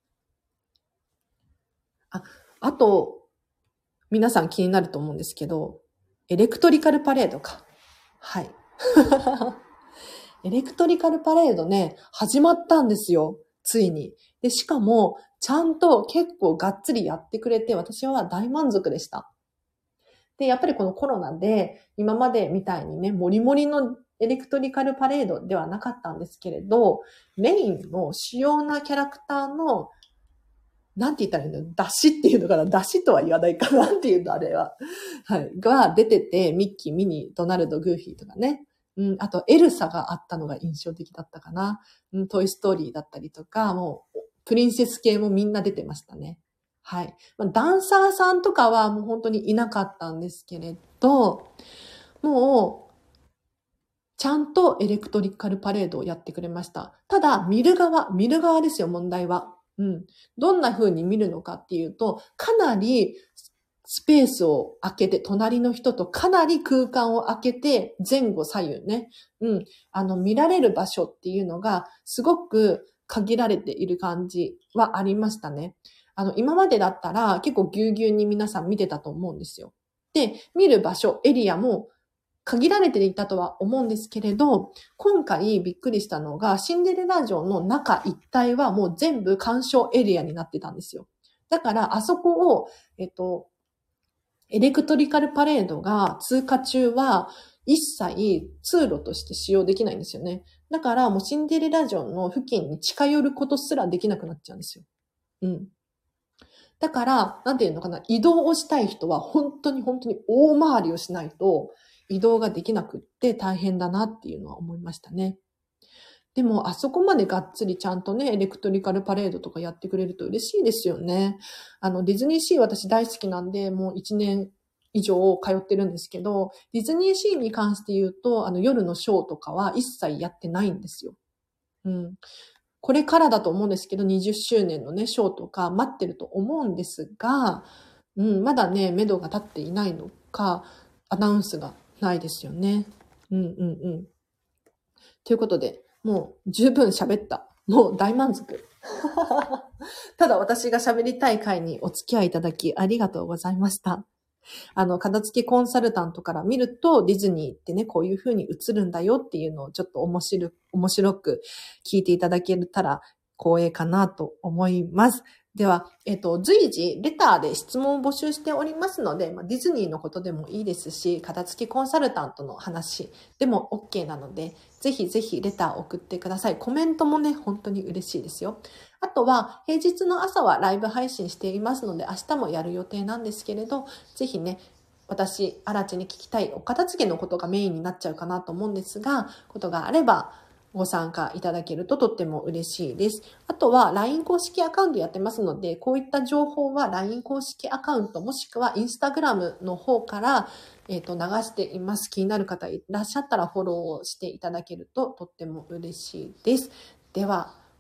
あ、あと、皆さん気になると思うんですけど、エレクトリカルパレードか。はい。エレクトリカルパレードね、始まったんですよ。ついに。で、しかも、ちゃんと結構がっつりやってくれて、私は大満足でした。で、やっぱりこのコロナで、今までみたいにね、モリモリのエレクトリカルパレードではなかったんですけれど、メインの主要なキャラクターのなんて言ったらいいの？出汁っていうのかな？出汁とは言わないかなっていうの、あれは。はい。が出てて、ミッキー、ミニー、ドナルド、グーフィーとかね。うん。あと、エルサがあったのが印象的だったかな。うん。トイストーリーだったりとか、もう、プリンセス系もみんな出てましたね。はい。まあ、ダンサーさんとかはもう本当にいなかったんですけれど、もう、ちゃんとエレクトリカルパレードをやってくれました。ただ、見る側、見る側ですよ、問題は。うん。どんな風に見るのかっていうと、かなりスペースを空けて、隣の人とかなり空間を空けて、前後左右ね。うん。あの、見られる場所っていうのが、すごく限られている感じはありましたね。あの、今までだったら結構ぎゅうぎゅうに皆さん見てたと思うんですよ。で、見る場所、エリアも限られていたとは思うんですけれど、今回びっくりしたのが、シンデレラ城の中一帯はもう全部鑑賞エリアになってたんですよ。だから、あそこを、えっと、エレクトリカルパレードが通過中は、一切通路として使用できないんですよね。だからもうシンデレラ城の付近に近寄ることすらできなくなっちゃうんですよ。うん。だから、なんていうのかな、移動をしたい人は本当に本当に大回りをしないと移動ができなくって大変だなっていうのは思いましたね。でも、あそこまでがっつりちゃんとね、エレクトリカルパレードとかやってくれると嬉しいですよね。あの、ディズニーシー私大好きなんで、もういちねん以上通ってるんですけど、ディズニーシーに関して言うと、あの、夜のショーとかは一切やってないんですよ。うん。これからだと思うんですけど、にじゅっしゅうねんのね、ショーとか待ってると思うんですが、うん、まだね、目処が立っていないのか、アナウンスがないですよね。うんうんうん。ということで、もう十分喋った。もう大満足。ただ私が喋りたい回にお付き合いいただきありがとうございました。あの、片付けコンサルタントから見ると、ディズニーってね、こういう風に映るんだよっていうのをちょっと面白、面白く聞いていただけたら光栄かなと思います。では、えっと、随時、レターで質問を募集しておりますので、まあ、ディズニーのことでもいいですし、片付けコンサルタントの話でも OK なので、ぜひぜひレター送ってください。コメントもね、本当に嬉しいですよ。あとは、平日の朝はライブ配信していますので、明日もやる予定なんですけれど、ぜひね、私、アラチに聞きたいお片付けのことがメインになっちゃうかなと思うんですが、ことがあれば、ご参加いただけるととっても嬉しいです。あとは ライン 公式アカウントやってますので、こういった情報は ライン 公式アカウントもしくは Instagram の方から、えっと、流しています。気になる方いらっしゃったらフォローしていただけるととっても嬉しいです。では、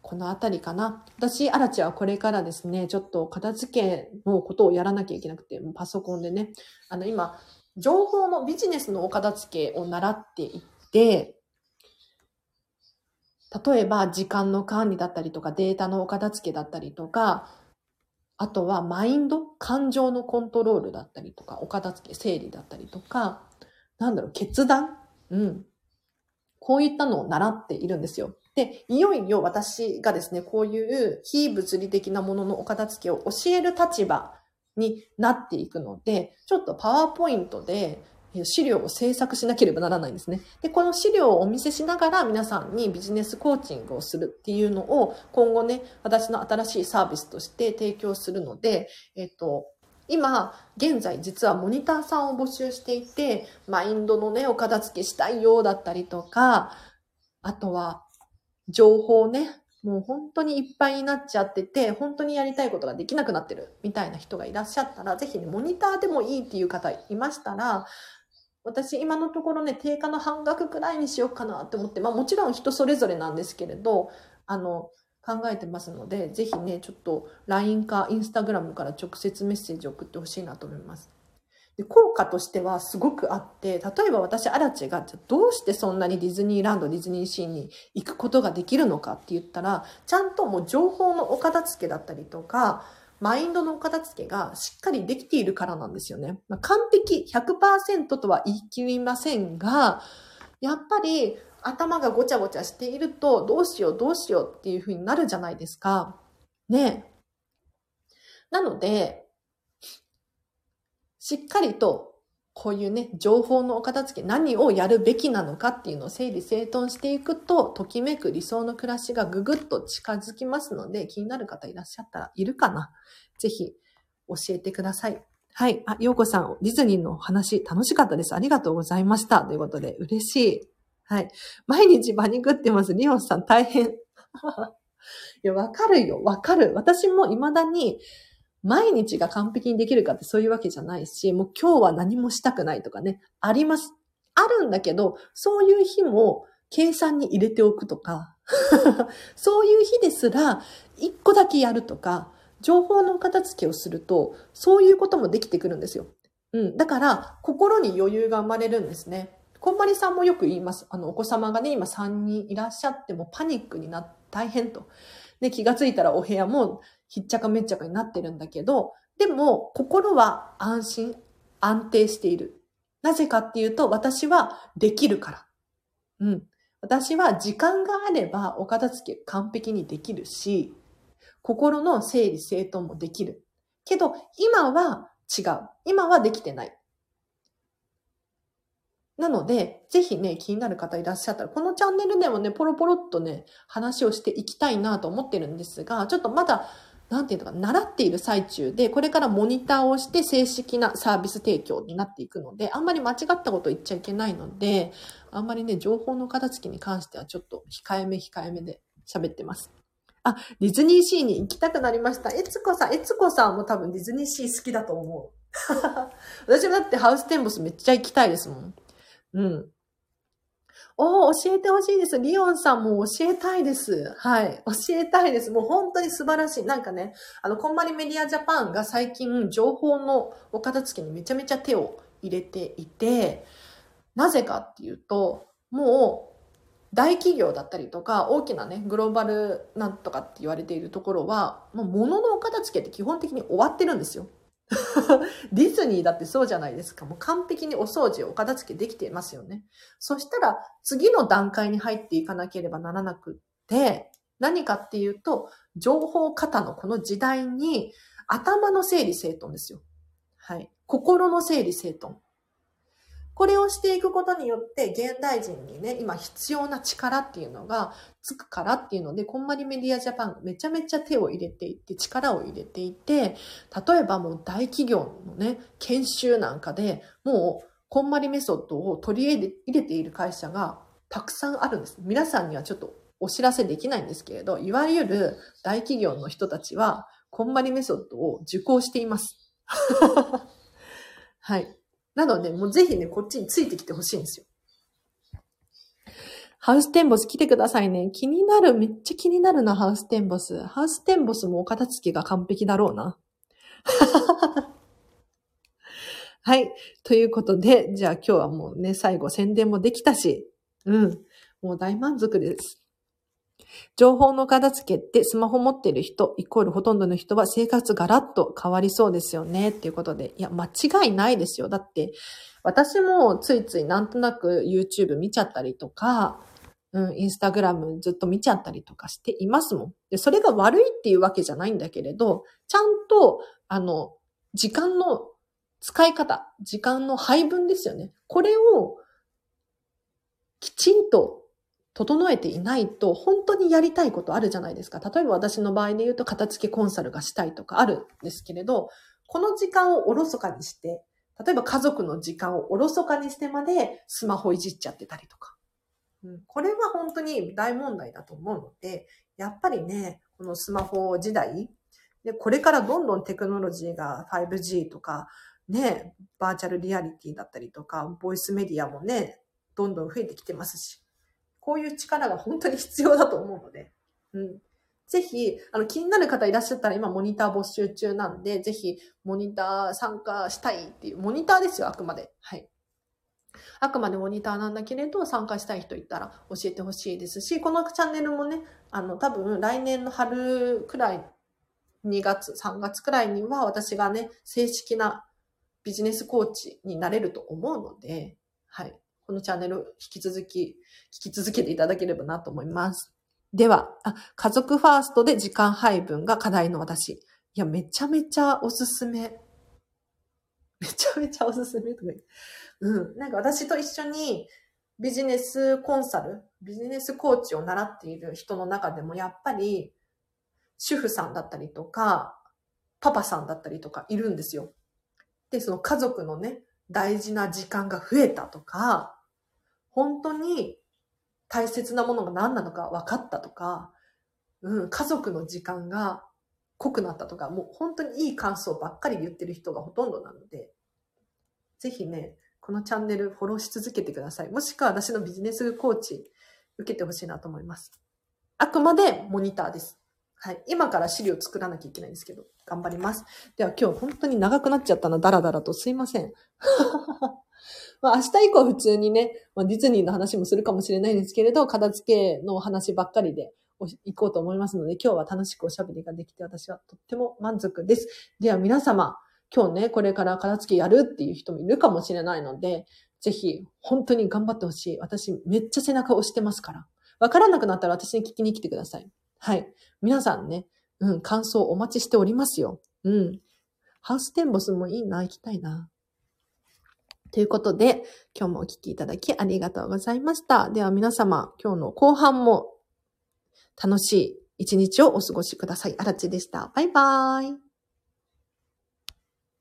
このあたりかな。私、アラチはこれからですね、ちょっと片付けのことをやらなきゃいけなくて、もうパソコンでね、あの今、情報のビジネスのお片付けを習っていって、例えば時間の管理だったりとか、データのお片付けだったりとか、あとはマインド、感情のコントロールだったりとか、お片付け、整理だったりとか、なんだろう、決断、うん。こういったのを習っているんですよ。で、いよいよ私がですね、こういう非物理的なもののお片付けを教える立場になっていくので、ちょっとパワーポイントで資料を制作しなければならないんですね。で、この資料をお見せしながら皆さんにビジネスコーチングをするっていうのを今後ね、私の新しいサービスとして提供するので、えっと、今、現在実はモニターさんを募集していて、マインドのね、お片付けしたいようだったりとか、あとは情報ね、もう本当にいっぱいになっちゃってて、本当にやりたいことができなくなってるみたいな人がいらっしゃったら、ぜひね、モニターでもいいっていう方いましたら、私今のところね、定価の半額くらいにしようかなって思って、まあもちろん人それぞれなんですけれど、あの、考えてますので、ぜひね、ちょっと ライン か インスタグラム から直接メッセージを送ってほしいなと思います。で、効果としてはすごくあって、例えば私、アラチが、じゃどうしてそんなにディズニーランド、ディズニーシーに行くことができるのかって言ったら、ちゃんともう情報のお片付けだったりとか、マインドのお片付けがしっかりできているからなんですよね。まあ、完璧 ひゃくパーセント とは言い切りませんが、やっぱり頭がごちゃごちゃしていると、どうしようどうしようっていう風になるじゃないですか。ね。なので、しっかりとこういうね、情報のお片付け、何をやるべきなのかっていうのを整理整頓していくと、ときめく理想の暮らしがぐぐっと近づきますので、気になる方いらっしゃったらいるかな？ぜひ教えてください。はい。あ、ようこさん、ディズニーの話楽しかったです。ありがとうございました。ということで、嬉しい。はい。毎日馬肉ってます。リオンさん大変。いや、わかるよ。わかる。私も未だに、毎日が完璧にできるかってそういうわけじゃないし、もう今日は何もしたくないとかね、あります。あるんだけど、そういう日も計算に入れておくとか、そういう日ですら一個だけやるとか、情報の片付けをすると、そういうこともできてくるんですよ。うん。だから、心に余裕が生まれるんですね。こんまりさんもよく言います。あの、お子様がね、今さんにんいらっしゃってもパニックになって大変と。で、気がついたらお部屋もひっちゃかめっちゃかになってるんだけど、でも心は安心、安定している。なぜかっていうと、私はできるから。うん。私は時間があればお片付け完璧にできるし、心の整理整頓もできる。けど、今は違う。今はできてない。なので、ぜひね、気になる方いらっしゃったら、このチャンネルでもね、ポロポロっとね、話をしていきたいなと思ってるんですが、ちょっとまだ、なんていうのか、習っている最中で、これからモニターをして正式なサービス提供になっていくので、あんまり間違ったこと言っちゃいけないので、あんまりね、情報の片付けに関してはちょっと控えめ控えめで喋ってます。あ、ディズニーシーに行きたくなりました。えつこさん、えつこさんも多分ディズニーシー好きだと思う。私もだってハウステンボスめっちゃ行きたいですもん。うん。おー、教えてほしいです。リオンさんも教えたいです。はい。教えたいです。もう本当に素晴らしい。なんかね、あの、こんまりメディアジャパンが最近、情報のお片付けにめちゃめちゃ手を入れていて、なぜかっていうと、もう、大企業だったりとか、大きなね、グローバルなんとかって言われているところは、もう物のお片付けって基本的に終わってるんですよ。ディズニーだってそうじゃないですか。もう完璧にお掃除、お片付けできていますよね。そしたら次の段階に入っていかなければならなくって、何かっていうと、情報過多のこの時代に頭の整理整頓ですよ。はい。心の整理整頓。これをしていくことによって、現代人にね、今必要な力っていうのがつくからっていうので、こんまりメディアジャパンめちゃめちゃ手を入れていて、力を入れていて、例えばもう大企業のね、研修なんかで、もうこんまりメソッドを取り入れている会社がたくさんあるんです。皆さんにはちょっとお知らせできないんですけれど、いわゆる大企業の人たちは、こんまりメソッドを受講しています。はい。なので、もうぜひね、こっちについてきてほしいんですよ。 ハウステンボス来てくださいね。気になる。めっちゃ気になるな、ハウステンボス。ハウステンボスもお片付けが完璧だろうな。はい。ということで、じゃあ今日はもうね、最後宣伝もできたし、うん。もう大満足です。情報の片付けってスマホ持ってる人、イコールほとんどの人は生活ガラッと変わりそうですよね。っていうことで。いや、間違いないですよ。だって、私もついついなんとなく YouTube 見ちゃったりとか、うん、インスタグラムずっと見ちゃったりとかしていますもん。で、それが悪いっていうわけじゃないんだけれど、ちゃんと、あの、時間の使い方、時間の配分ですよね。これをきちんと整えていないと、本当にやりたいことあるじゃないですか。例えば私の場合で言うと、片付けコンサルがしたいとかあるんですけれど、この時間をおろそかにして、例えば家族の時間をおろそかにしてまでスマホいじっちゃってたりとか。うん、これは本当に大問題だと思うので、やっぱりね、このスマホ時代、でこれからどんどんテクノロジーが ファイブジー とか、ね、バーチャルリアリティだったりとか、ボイスメディアもね、どんどん増えてきてますし、こういう力が本当に必要だと思うので、うん。ぜひ、あの、気になる方いらっしゃったら今モニター募集中なんで、ぜひ、モニター参加したいっていう、モニターですよ、あくまで。はい。あくまでモニターなんだけれど、参加したい人いたら教えてほしいですし、このチャンネルもね、あの、多分来年の春くらい、にがつ、さんがつくらいには私がね、正式なビジネスコーチになれると思うので、はい。このチャンネル引き続き、聞き続けていただければなと思います。では、あ、家族ファーストで時間配分が課題の私。いや、めちゃめちゃおすすめ。めちゃめちゃおすすめとか言って。うん。なんか私と一緒にビジネスコンサル、ビジネスコーチを習っている人の中でもやっぱり主婦さんだったりとか、パパさんだったりとかいるんですよ。で、その家族のね、大事な時間が増えたとか、本当に大切なものが何なのか分かったとか、うん、家族の時間が濃くなったとか、もう本当にいい感想ばっかり言ってる人がほとんどなので、ぜひね、このチャンネルフォローし続けてください。もしくは私のビジネスコーチ受けてほしいなと思います。あくまでモニターです。はい。今から資料作らなきゃいけないんですけど、頑張ります。では今日本当に長くなっちゃったな、だらだらとすいません。まあ明日以降普通にね、まあ、ディズニーの話もするかもしれないんですけれど、片付けの話ばっかりで行こうと思いますので、今日は楽しくおしゃべりができて私はとっても満足です。では皆様、今日ね、これから片付けやるっていう人もいるかもしれないので、ぜひ本当に頑張ってほしい。私めっちゃ背中押してますから。わからなくなったら私に聞きに来てください。はい。皆さんね、うん、感想お待ちしておりますよ。うん。ハウステンボスもいいな、行きたいな。ということで、今日もお聞きいただきありがとうございました。では皆様、今日の後半も楽しい一日をお過ごしください。あらちでした。バイバーイ。